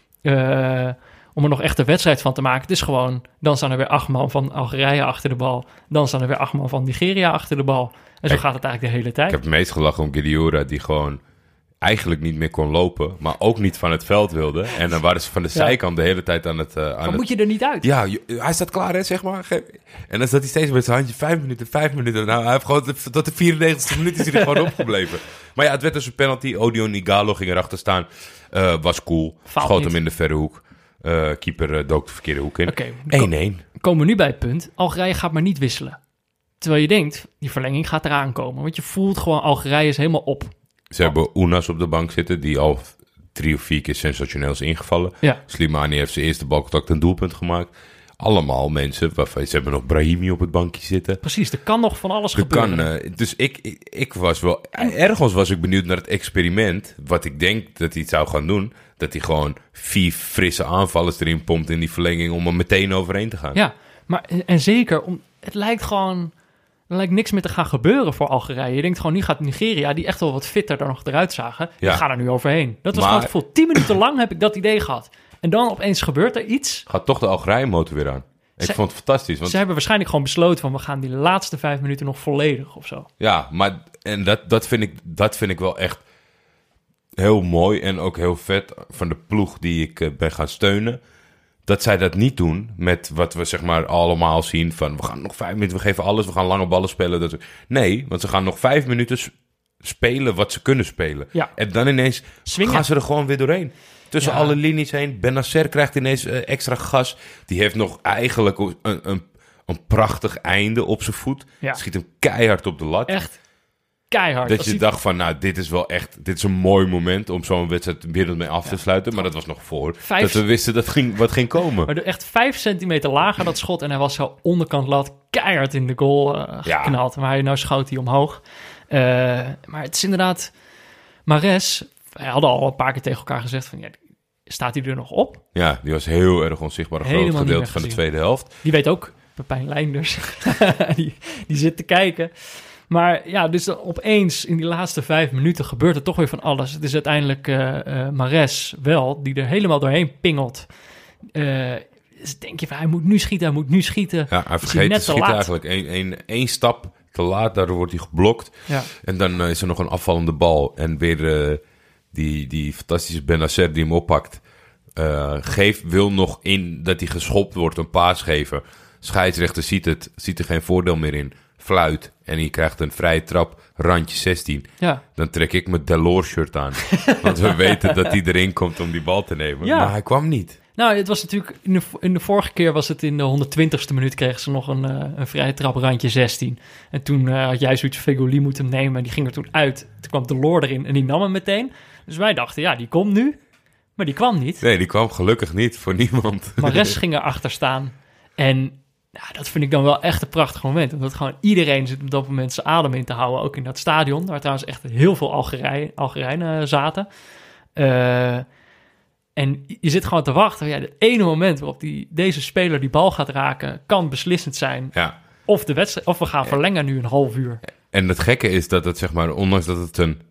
een wedstrijd van te maken. Het is gewoon... Dan staan er weer 8 man van Algerije achter de bal. Dan staan er weer 8 man van Nigeria achter de bal. En zo gaat het eigenlijk de hele tijd. Ik heb het meest gelachen om Gideora... die gewoon eigenlijk niet meer kon lopen... maar ook niet van het veld wilde. En dan waren ze van de zijkant de hele tijd aan het... Dan moet je er niet uit. Ja, hij staat klaar, hè, zeg maar. En dan zat hij steeds met zijn handje 5 minuten. Nou, hij heeft gewoon tot de 94e minuut is hij er gewoon opgebleven. Maar ja, het werd dus een penalty. Odion Ighalo ging erachter staan. Was cool. Fout Schoot niet. hem in de verre hoek. Keeper dook de verkeerde hoek in. Oké, 1-1. komen we nu bij het punt. Algerije gaat maar niet wisselen. Terwijl je denkt, die verlenging gaat eraan komen. Want je voelt gewoon, Algerije is helemaal op. Ze hebben Ounas op de bank zitten... die al 3 of 4 keer sensationeel is ingevallen. Ja. Slimani heeft zijn eerste balcontact een doelpunt gemaakt. Allemaal mensen... Waarvan, ze hebben nog Brahimi op het bankje zitten. Precies, er kan nog van alles Er gebeuren. kan, dus ik was wel... Ergens was ik benieuwd naar het experiment... wat ik denk dat hij het zou gaan doen... dat hij gewoon 4 frisse aanvallers erin pompt in die verlenging... om er meteen overheen te gaan. Ja, maar en zeker, het lijkt gewoon... Er lijkt niks meer te gaan gebeuren voor Algerije. Je denkt gewoon, nu gaat Nigeria, die echt wel wat fitter er nog eruit zagen... die gaan er nu overheen. Dat was Maar- gewoon het gevoel. 10 minuten lang heb ik dat idee gehad. En dan opeens gebeurt er iets. Gaat toch de Algerije-motor weer aan. Ik vond het fantastisch. Want Ze hebben waarschijnlijk gewoon besloten van... we gaan die laatste 5 minuten nog volledig of zo. ja, maar en dat vind ik wel echt... heel mooi en ook heel vet van de ploeg die ik ben gaan steunen. Dat zij dat niet doen met wat we zeg maar allemaal zien van... we gaan nog 5 minuten, we geven alles, we gaan lange ballen spelen. Nee, want ze gaan nog 5 minuten spelen wat ze kunnen spelen. Ja. En dan ineens Swingen. gaan ze er gewoon weer doorheen. Tussen alle linies heen. Benacer krijgt ineens extra gas. Die heeft nog eigenlijk een prachtig einde op zijn voet. Ja. Schiet hem keihard op de lat. Echt keihard. Dat je dacht van, nou, dit is wel echt... dit is een mooi moment om zo'n wedstrijd weer mee af te sluiten. Maar dat was nog voor dat we wisten wat ging komen. Maar echt 5 centimeter lager dat schot. En hij was zo onderkant lat keihard in de goal geknald. Maar nou schoot hij omhoog. Maar het is inderdaad... Mahrez, wij hadden al een paar keer tegen elkaar gezegd van... staat hij er nog op? Ja, die was heel erg onzichtbaar. Een groot gedeelte van de tweede helft. Die weet ook, Pepijn Leinders. die zit te kijken. Maar ja, dus opeens in die laatste 5 minuten gebeurt er toch weer van alles. Het is uiteindelijk Mahrez wel, die er helemaal doorheen pingelt. Dus denk je van, hij moet nu schieten. Ja, hij vergeet te schieten eigenlijk. Eén stap te laat, daardoor wordt hij geblokt. Ja. En dan is er nog een afvallende bal. En weer die fantastische Benacer die hem oppakt. Wil nog in dat hij geschopt wordt, een paas geven. Scheidsrechter ziet er geen voordeel meer in. Fluit. En je krijgt een vrije trap, randje 16. Ja. Dan trek ik mijn Delors shirt aan. Want we weten dat hij erin komt om die bal te nemen. Ja. Maar hij kwam niet. Nou, het was natuurlijk... In de vorige keer was het in de 120ste minuut... kregen ze nog een vrije trap, randje 16. En toen had jij zoiets Fegoli moeten nemen. En die ging er toen uit. Toen kwam Delors erin en die nam hem meteen. Dus wij dachten, ja, die komt nu. Maar die kwam niet. Nee, die kwam gelukkig niet voor niemand. Maar rest ging erachter staan. En... ja, dat vind ik dan wel echt een prachtig moment. Omdat gewoon iedereen zit op dat moment zijn adem in te houden. Ook in dat stadion. Waar trouwens echt heel veel Algerijnen zaten. En je zit gewoon te wachten. Ja, het ene moment waarop deze speler die bal gaat raken... kan beslissend zijn. Ja. Of de wedstrijd, of we gaan verlengen nu een half uur. En het gekke is dat het, zeg maar, ondanks dat het een...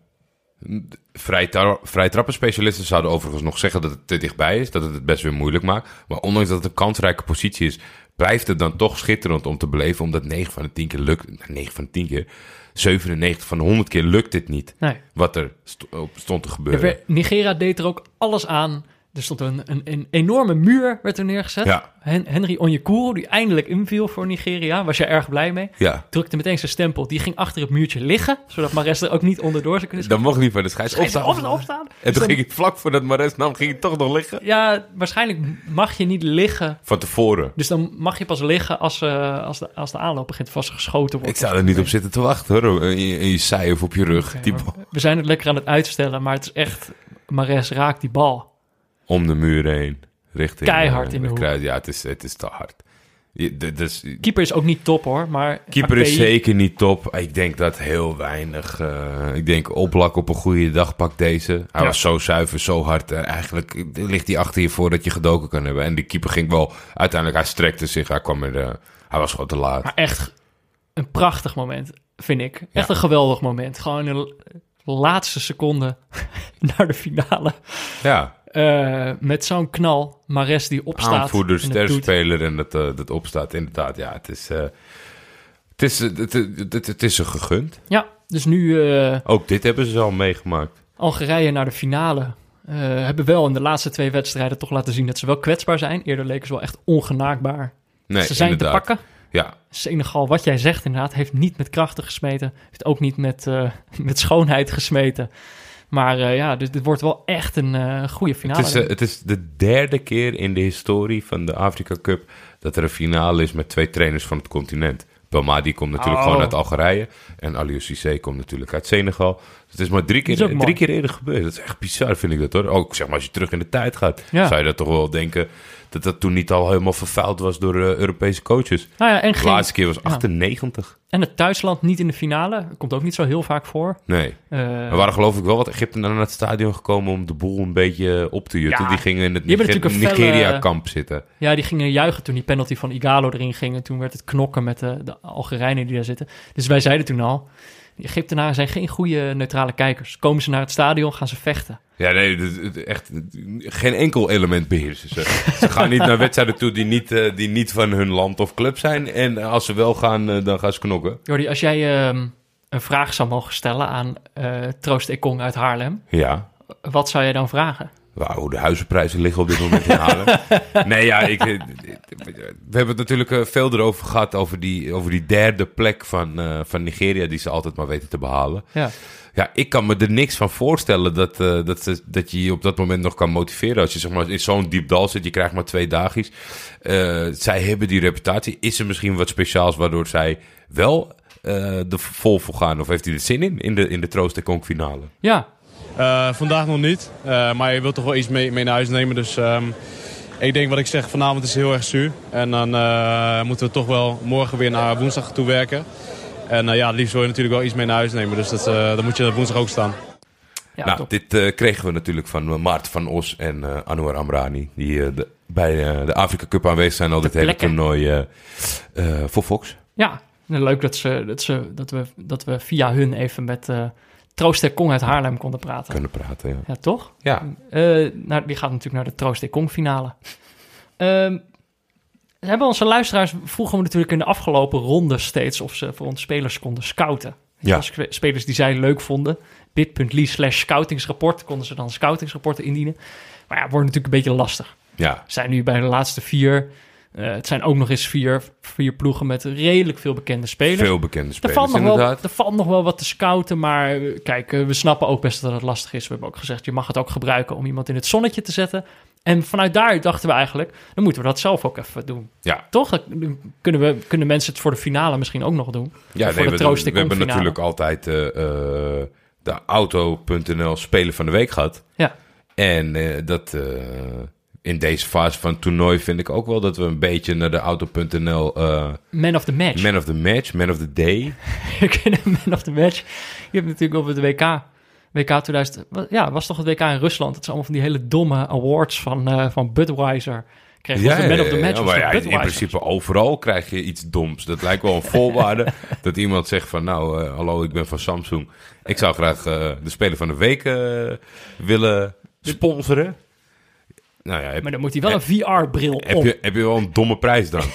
vrij trappenspecialisten zouden overigens nog zeggen dat het te dichtbij is. Dat het best weer moeilijk maakt. Maar ondanks dat het een kansrijke positie is... blijft het dan toch schitterend om te beleven... omdat 9 van de 10 keer lukt... 9 van de 10 keer... 97 van de 100 keer lukt dit niet. Nee. Wat er stond te gebeuren. Nigeria deed er ook alles aan... Er stond een enorme muur werd er neergezet. Ja. Henry Onyekuru, die eindelijk inviel voor Nigeria. Was je erg blij mee. Ja. Drukte meteen zijn stempel. Die ging achter het muurtje liggen. Zodat Mahrez er ook niet onderdoor zou kunnen schieten. Dan mocht niet van de scheidsrechter opstaan. En toen ging ik vlak voordat Mahrez nam, ging hij toch nog liggen. Ja, waarschijnlijk mag je niet liggen. Van tevoren. Dus dan mag je pas liggen als de aanloop begint vastgeschoten wordt. Ik zou er niet op zitten te wachten hoor. In je zij of op je rug. Okay, we zijn het lekker aan het uitstellen. Maar het is echt... Mahrez raakt die bal. Om de muur heen, richting... keihard in de hoek. Ja, het is te hard. Keeper is ook niet top, hoor. Maar keeper is zeker niet top. Ik denk dat heel weinig... ik denk Oblak op een goede dag pakt deze. Hij was zo zuiver, zo hard. Eigenlijk ligt hij achter je voordat je gedoken kan hebben. En die keeper ging wel... Uiteindelijk, hij strekte zich. Hij was gewoon te laat. Maar echt een prachtig moment, vind ik. Echt een geweldig moment. Gewoon in de laatste seconde naar de finale. Ja. Met zo'n knal, Mahrez die opstaat. Aanvoerder, sterspeler en dat opstaat. Inderdaad, ja, het is ze gegund. Ja, dus nu... ook dit hebben ze al meegemaakt. Algerije naar de finale. Hebben wel in de laatste 2 wedstrijden toch laten zien dat ze wel kwetsbaar zijn. Eerder leken ze wel echt ongenaakbaar. Nee, ze zijn inderdaad te pakken. Ja. Senegal, wat jij zegt inderdaad, heeft niet met krachten gesmeten. Heeft ook niet met schoonheid gesmeten. Maar dus dit wordt wel echt een goede finale. Het is de 3e keer in de historie van de Afrika Cup... dat er een finale is met 2 trainers van het continent. Belmadi komt natuurlijk gewoon uit Algerije... en Aliou Cissé komt natuurlijk uit Senegal. Dus het is maar 3 keer eerder gebeurd. Dat is echt bizar, vind ik dat, hoor. Ook zeg maar, als je terug in de tijd gaat... zou je dat toch wel denken... dat toen niet al helemaal vervuild was door Europese coaches. En de laatste keer was 98. En het thuisland niet in de finale. Komt ook niet zo heel vaak voor. Nee. Er waren geloof ik wel wat Egyptenaren naar het stadion gekomen... om de boel een beetje op te jutten. Ja, die gingen in het Nigeria-kamp zitten. Ja, die gingen juichen toen die penalty van Igalo erin ging. En toen werd het knokken met de Algerijnen die daar zitten. Dus wij zeiden toen al... de Egyptenaren zijn geen goede neutrale kijkers. Komen ze naar het stadion, gaan ze vechten. Ja, nee, echt geen enkel element beheersen ze. Ze gaan niet naar wedstrijden toe die niet van hun land of club zijn. En als ze wel gaan, dan gaan ze knokken. Jordi, als jij een vraag zou mogen stellen aan Troost Ekong uit Haarlem. Ja. Wat zou je dan vragen? Wauw, de huizenprijzen liggen op dit moment in Haarlem. Nee, ja, we hebben het natuurlijk veel erover gehad, over die derde plek van Nigeria, die ze altijd maar weten te behalen. Ja. Ja, ik kan me er niks van voorstellen dat je je op dat moment nog kan motiveren. Als je zeg maar in zo'n diep dal zit, je krijgt maar 2 dagjes. Zij hebben die reputatie. Is er misschien wat speciaals waardoor zij wel de vol voor gaan? Of heeft hij er zin in de Troost en Konk finale? Ja. Vandaag nog niet, maar je wilt toch wel iets mee naar huis nemen. Dus ik denk wat ik zeg, vanavond is heel erg zuur. En dan moeten we toch wel morgen weer naar woensdag toe werken. En het liefst wil je natuurlijk wel iets mee naar huis nemen. Dus dan moet je woensdag ook staan. Ja, nou, dit kregen we natuurlijk van Maarten van Os en Anouar Amrani. Die bij de Afrika Cup aanwezig zijn al dit hele toernooi voor Fox. Ja, leuk dat we via hun even met Troost en Kong uit Haarlem konden praten. Kunnen praten, ja. Ja, toch? Ja. Die gaat natuurlijk naar de Troost en Kong finale. Hebben onze luisteraars vroegen we natuurlijk in de afgelopen ronde steeds of ze voor ons spelers konden scouten. Ja. Spelers die zij leuk vonden. bit.ly/scoutingsrapport konden ze dan scoutingsrapporten indienen. Maar ja, het wordt natuurlijk een beetje lastig. Ja. We zijn nu bij de laatste 4. Het zijn ook nog eens vier ploegen met redelijk veel bekende spelers. Veel bekende spelers, inderdaad. Er valt nog wel wat te scouten, maar kijk, we snappen ook best dat het lastig is. We hebben ook gezegd, je mag het ook gebruiken om iemand in het zonnetje te zetten. En vanuit daar dachten we eigenlijk, dan moeten we dat zelf ook even doen. Ja. Toch? Dan kunnen mensen het voor de finale misschien ook nog doen. Ja, voor de Troost en Kong we hebben finale. natuurlijk altijd de Auto.nl Speler van de Week gehad. Ja. En in deze fase van het toernooi vind ik ook wel dat we een beetje naar de Auto.nl... Man of the match. Man of the match, man of the day. Man of the match. Je hebt natuurlijk op het WK 2000... Ja, was toch het WK in Rusland. Het zijn allemaal van die hele domme awards van Budweiser. Kreeg de man of the match. Ja, maar in principe overal krijg je iets doms. Dat lijkt wel een voorwaarde. Dat iemand zegt van, hallo, ik ben van Samsung. Ik zou graag de Speler van de Week willen sponsoren. Nou ja, maar dan moet hij wel een VR-bril op. Heb je wel een domme prijs dan?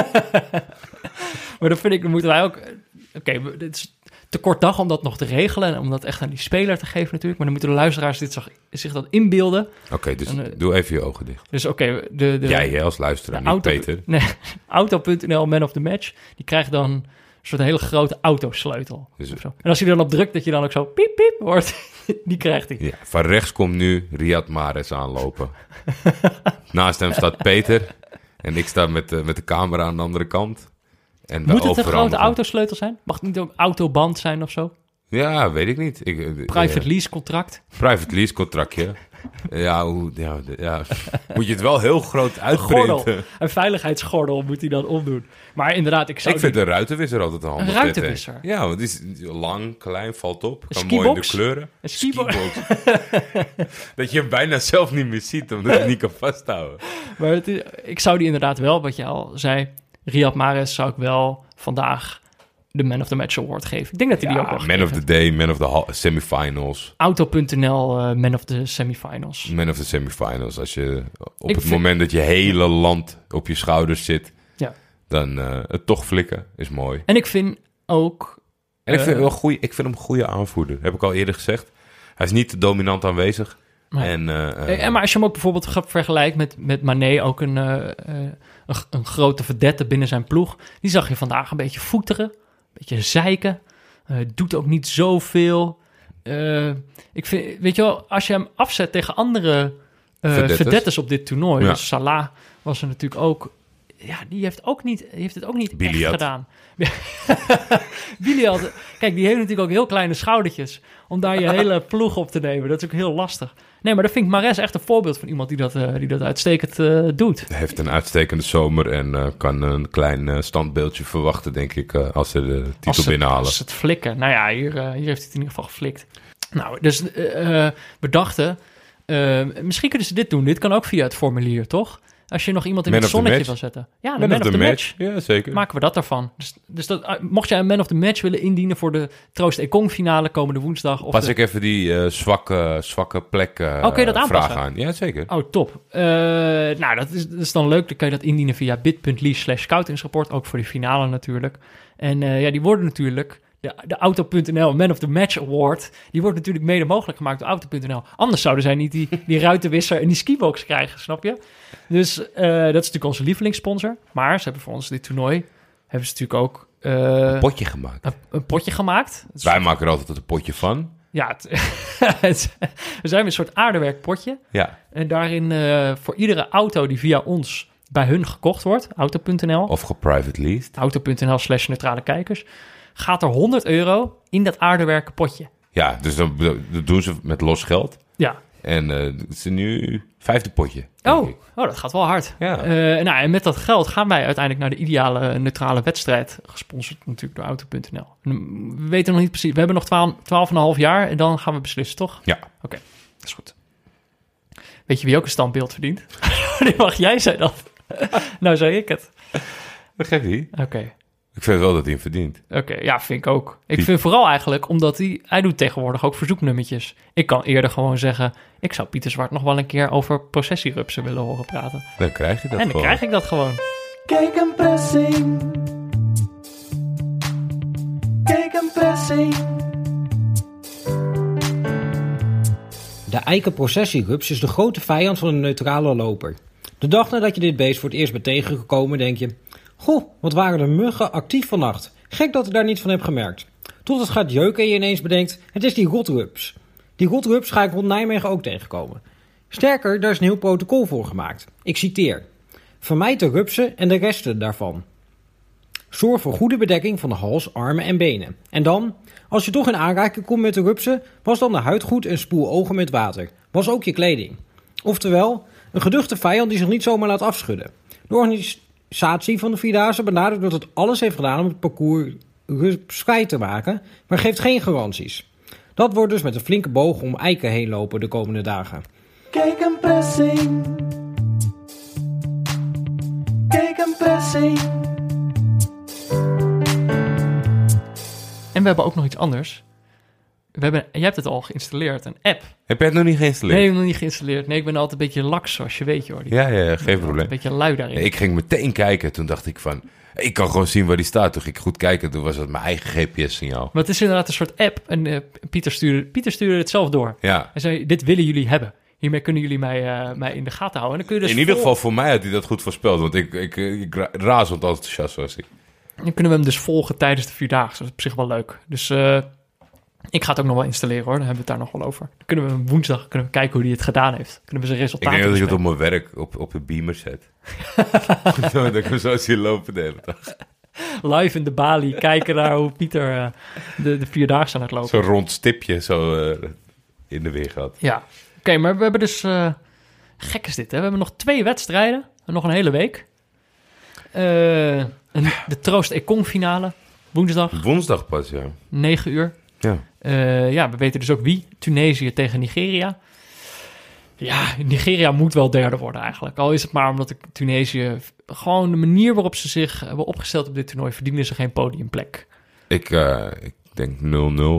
Maar dan moeten wij ook... Oké, dit is te kort dag om dat nog te regelen en om dat echt aan die speler te geven natuurlijk. Maar dan moeten de luisteraars zich dat inbeelden. Oké, dus doe even je ogen dicht. Dus jij als luisteraar, niet Peter. Nee, Auto.nl Man of the Match, die krijgt dan een soort hele grote autosleutel. Dus, en als hij er dan op drukt, dat je dan ook zo piep piep hoort, die krijgt hij. Ja, van rechts komt nu Riyad Mahrez aanlopen. Naast hem staat Peter en ik sta met de camera aan de andere kant. En moet het een grote autosleutel zijn? Mag het niet ook autoband zijn of zo? Ja, weet ik niet. Private lease contract? Private lease contractje. Ja, moet je het wel heel groot uitprinten. Een veiligheidsgordel moet hij dan omdoen. Maar inderdaad, ik vind de ruitenwisser altijd een handig. Een ruitenwisser? Ja, want die is lang, klein, valt op. Kan skibox? Mooi in de kleuren. Een skibox. Dat je hem bijna zelf niet meer ziet, omdat je het niet kan vasthouden. Maar ik zou die inderdaad wel, wat je al zei... Riyad Mahrez zou ik wel vandaag de Man of the Match Award geven. Ik denk dat hij die ook wel Man of the Day, Man of the semifinals. Auto.nl, Man of the semifinals. Man of the semifinals. Als je het moment dat je hele land op je schouders zit... dan het toch flikken is mooi. En ik vind ook... En ik vind hem een goede aanvoerder. Heb ik al eerder gezegd. Hij is niet te dominant aanwezig. Nee. Maar als je hem ook bijvoorbeeld vergelijkt met Mané, ook een grote verdette binnen zijn ploeg. Die zag je vandaag een beetje voeteren, een beetje zeiken. Doet ook niet zoveel. Ik vind, weet je wel, als je hem afzet tegen andere verdettes op dit toernooi. Ja. Dus Salah was er natuurlijk ook. Ja, die heeft het ook niet echt gedaan. Biliad, kijk, die heeft natuurlijk ook heel kleine schoudertjes om daar je hele ploeg op te nemen. Dat is ook heel lastig. Nee, maar dat vind ik Mahrez echt een voorbeeld van iemand die dat uitstekend doet. Hij heeft een uitstekende zomer en kan een klein standbeeldje verwachten, denk ik, als ze de titel binnenhalen. Als het flikken. Nou ja, hier heeft het in ieder geval geflikt. Nou, dus we dachten, misschien kunnen ze dit doen. Dit kan ook via het formulier, toch? Als je nog iemand in het zonnetje wil zetten. Ja, de man of the match. Ja, zeker. Maken we dat ervan. Dus mocht jij een man of the match willen indienen voor de Troost en Kong finale komende woensdag. Pas ik even die zwakke plek vraag aan. Ja, zeker. Oh, top. Nou, dat is dan leuk. Dan kan je dat indienen via bit.ly/scoutingsrapport. Ook voor die finale natuurlijk. En die worden natuurlijk de Auto.nl Man of the Match Award, die wordt natuurlijk mede mogelijk gemaakt door Auto.nl. Anders zouden zij niet die ruitenwisser en die skibox krijgen, snap je? Dus dat is natuurlijk onze lievelingssponsor. Maar ze hebben voor ons dit toernooi, hebben ze natuurlijk ook... een potje gemaakt. Een potje gemaakt. Wij maken er altijd een potje van. Ja, we zijn een soort aardewerkpotje. Ja. En daarin voor iedere auto die via ons bij hun gekocht wordt, Auto.nl. Of geprivate leased. Auto.nl/neutrale kijkers. Gaat er €100 in dat aardewerken potje. Ja, dus dat doen ze met los geld. Ja. En het is nu 5e potje. Oh, dat gaat wel hard. Ja. En met dat geld gaan wij uiteindelijk naar de ideale neutrale wedstrijd. Gesponsord natuurlijk door Auto.nl. We weten nog niet precies. We hebben nog 12,5 jaar en dan gaan we beslissen, toch? Ja. Oké, dat is goed. Weet je wie ook een standbeeld verdient? Nee, wacht, jij zei dat. Nou zei ik het. Dat geeft niet. Oké. Ik vind wel dat hij hem verdient. Oké, ja, vind ik ook. Ik vind vooral eigenlijk, omdat hij doet tegenwoordig ook verzoeknummertjes. Ik kan eerder gewoon zeggen, ik zou Pieter Zwart nog wel een keer over processierupsen willen horen praten. Dan krijg je dat en dan krijg ik dat gewoon. Kijk een pressing. Kijk een pressing. De eikenprocessierups is de grote vijand van een neutrale loper. De dag nadat je dit beest voor het eerst bent tegengekomen, denk je... Goh, wat waren de muggen actief vannacht. Gek dat ik daar niet van heb gemerkt. Tot het gaat jeuken en je ineens bedenkt, het is die rotrups. Die rotrups ga ik rond Nijmegen ook tegenkomen. Sterker, daar is een heel protocol voor gemaakt. Ik citeer. Vermijd de rupsen en de resten daarvan. Zorg voor goede bedekking van de hals, armen en benen. En dan, als je toch in aanraking komt met de rupsen, was dan de huid goed en spoel ogen met water. Was ook je kleding. Oftewel, een geduchte vijand die zich niet zomaar laat afschudden. De organisatie van de Vierdaagse benadrukt dat het alles heeft gedaan om het parcours rupsvrij te maken, maar geeft geen garanties. Dat wordt dus met een flinke boog om eiken heen lopen de komende dagen. Kijk een pressing. Kijk een pressing. En we hebben ook nog iets anders. Jij hebt het al geïnstalleerd, een app. Heb jij het nog niet geïnstalleerd? Nee, ik heb nog niet geïnstalleerd. Nee, ik ben altijd een beetje laks, zoals je weet, Jordi. Ja, geen probleem. Een beetje lui daarin. Nee, ik ging meteen kijken. Toen dacht ik van, ik kan gewoon zien waar die staat. Toen ging ik goed kijken. Toen was het mijn eigen GPS-signaal. Maar het is inderdaad een soort app. En Pieter stuurde het zelf door. Ja. Hij zei, dit willen jullie hebben. Hiermee kunnen jullie mij in de gaten houden. En dan kun je dus In ieder geval voor mij had hij dat goed voorspeld. Want ik razend enthousiast was hij. Dan kunnen we hem dus volgen tijdens de Vierdaagse. Dat is op zich wel leuk. Dus ik ga het ook nog wel installeren, hoor. Dan hebben we het daar nog wel over. Dan kunnen we hem woensdag kijken hoe hij het gedaan heeft. Kunnen we zijn resultaten Ik denk dat ik het bespreken. op mijn werk op de beamer zet. Dat ik hem zo zie lopen de hele dag. Live in de balie kijken naar hoe Pieter de Vierdaagse aan het lopen. Zo'n rond stipje zo in de weer gehad. Ja. Oké, maar we hebben dus... gek is dit, hè? We hebben nog 2 wedstrijden. En nog een hele week. De Troost Ekong finale. Woensdag, Woensdag pas, ja. 9 uur. Ja. We weten dus ook wie. Tunesië tegen Nigeria. Ja, Nigeria moet wel derde worden eigenlijk. Al is het maar omdat Tunesië... Gewoon de manier waarop ze zich hebben opgesteld op dit toernooi... verdienen ze geen podiumplek. Ik denk 0-0. 0-0.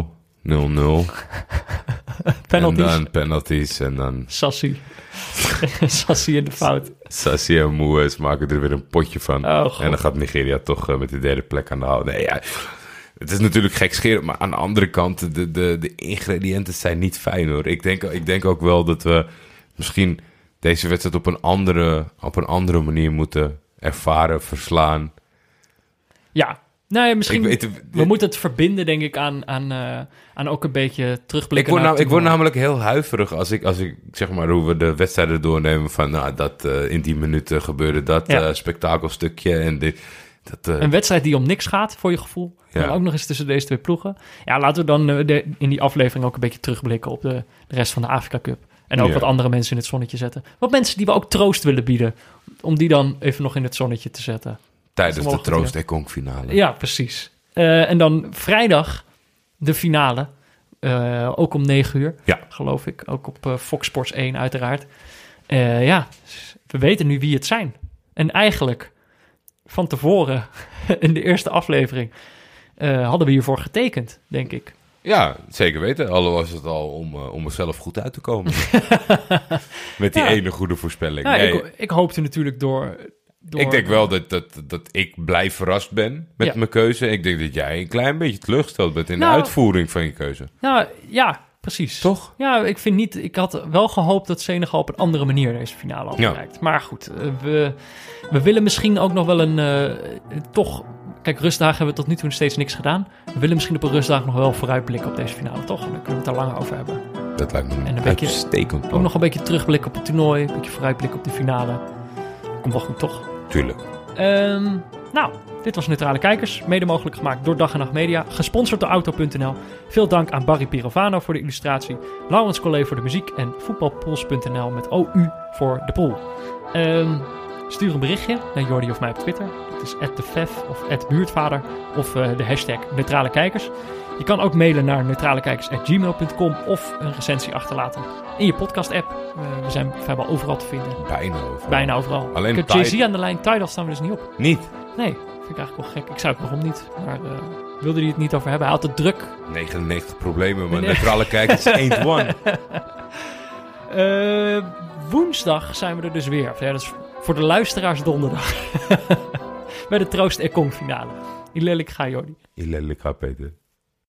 Penalties. En dan penalties en dan... Sassi. Sassi in de fout. Sassi en Moes maken er weer een potje van. Oh, God. En dan gaat Nigeria toch met de derde plek aan de haal. Nee, ja, het is natuurlijk gekscherend, maar aan de andere kant... De ingrediënten zijn niet fijn, hoor. Ik denk ook wel dat we misschien deze wedstrijd op een andere manier moeten ervaren, verslaan. Ja, nou ja, misschien... Ik weet, we moeten het verbinden, denk ik, aan ook een beetje terugblikken. Ik word namelijk heel huiverig als ik zeg maar hoe we de wedstrijden doornemen van dat in die minuten gebeurde dat spektakelstukje en dit. Een wedstrijd die om niks gaat, voor je gevoel. Ja. En ook nog eens tussen deze 2 ploegen. Ja, laten we dan in die aflevering ook een beetje terugblikken op de rest van de Afrika Cup. En ook wat andere mensen in het zonnetje zetten. Wat mensen die we ook troost willen bieden. Om die dan even nog in het zonnetje te zetten. Tijdens de Troost Ekong finale. Ja, precies. En dan vrijdag de finale. Ook om 9 uur, geloof ik. Ook op Fox Sports 1 uiteraard. We weten nu wie het zijn. En eigenlijk van tevoren, in de eerste aflevering... hadden we hiervoor getekend, denk ik. Ja, zeker weten. Al was het al om er zelf goed uit te komen. Met die ene goede voorspelling. Ja, ik hoopte natuurlijk door Ik denk wel dat ik blij verrast ben met mijn keuze. Ik denk dat jij een klein beetje teleurgesteld bent in de uitvoering van je keuze. Nou, ja, precies. Toch? Ja, ik vind niet... Ik had wel gehoopt dat Senegal op een andere manier deze finale had bereikt. Maar goed, we willen misschien ook nog wel toch... Kijk, rustdagen hebben we tot nu toe nog steeds niks gedaan. We willen misschien op een rustdag nog wel vooruitblikken op deze finale, toch? Dan kunnen we het daar langer over hebben. Dat lijkt me een uitstekend plan. Ook nog een beetje terugblikken op het toernooi. Een beetje vooruitblikken op de finale. Komt wel goed, toch? Tuurlijk. Nou, dit was Neutrale Kijkers. Mede mogelijk gemaakt door Dag en Nacht Media. Gesponsord door Auto.nl. Veel dank aan Barry Pirovano voor de illustratie. Laurens Collet voor de muziek. En voetbalpools.nl met OU voor de pool. Stuur een berichtje naar Jordi of mij op Twitter. Dat is @defef of @buurtvader. Of de hashtag Neutrale Kijkers. Je kan ook mailen naar neutralekijkers@gmail.com of een recensie achterlaten in je podcast-app. We zijn vrijwel overal te vinden. Bijna overal. Alleen ik heb Jay-Z aan de lijn. Tidal staan we dus niet op. Niet? Nee, vind ik eigenlijk wel gek. Ik zou het waarom niet, maar wilde hij het niet over hebben. Hij had het druk. 99 problemen, maar Neutrale Kijkers ain't one. Woensdag zijn we er dus weer. Ja, dat is voor de luisteraars donderdag. Bij de Troost Ekong finale. Ilelik ga, Jordi. Ilelik ga, Peter.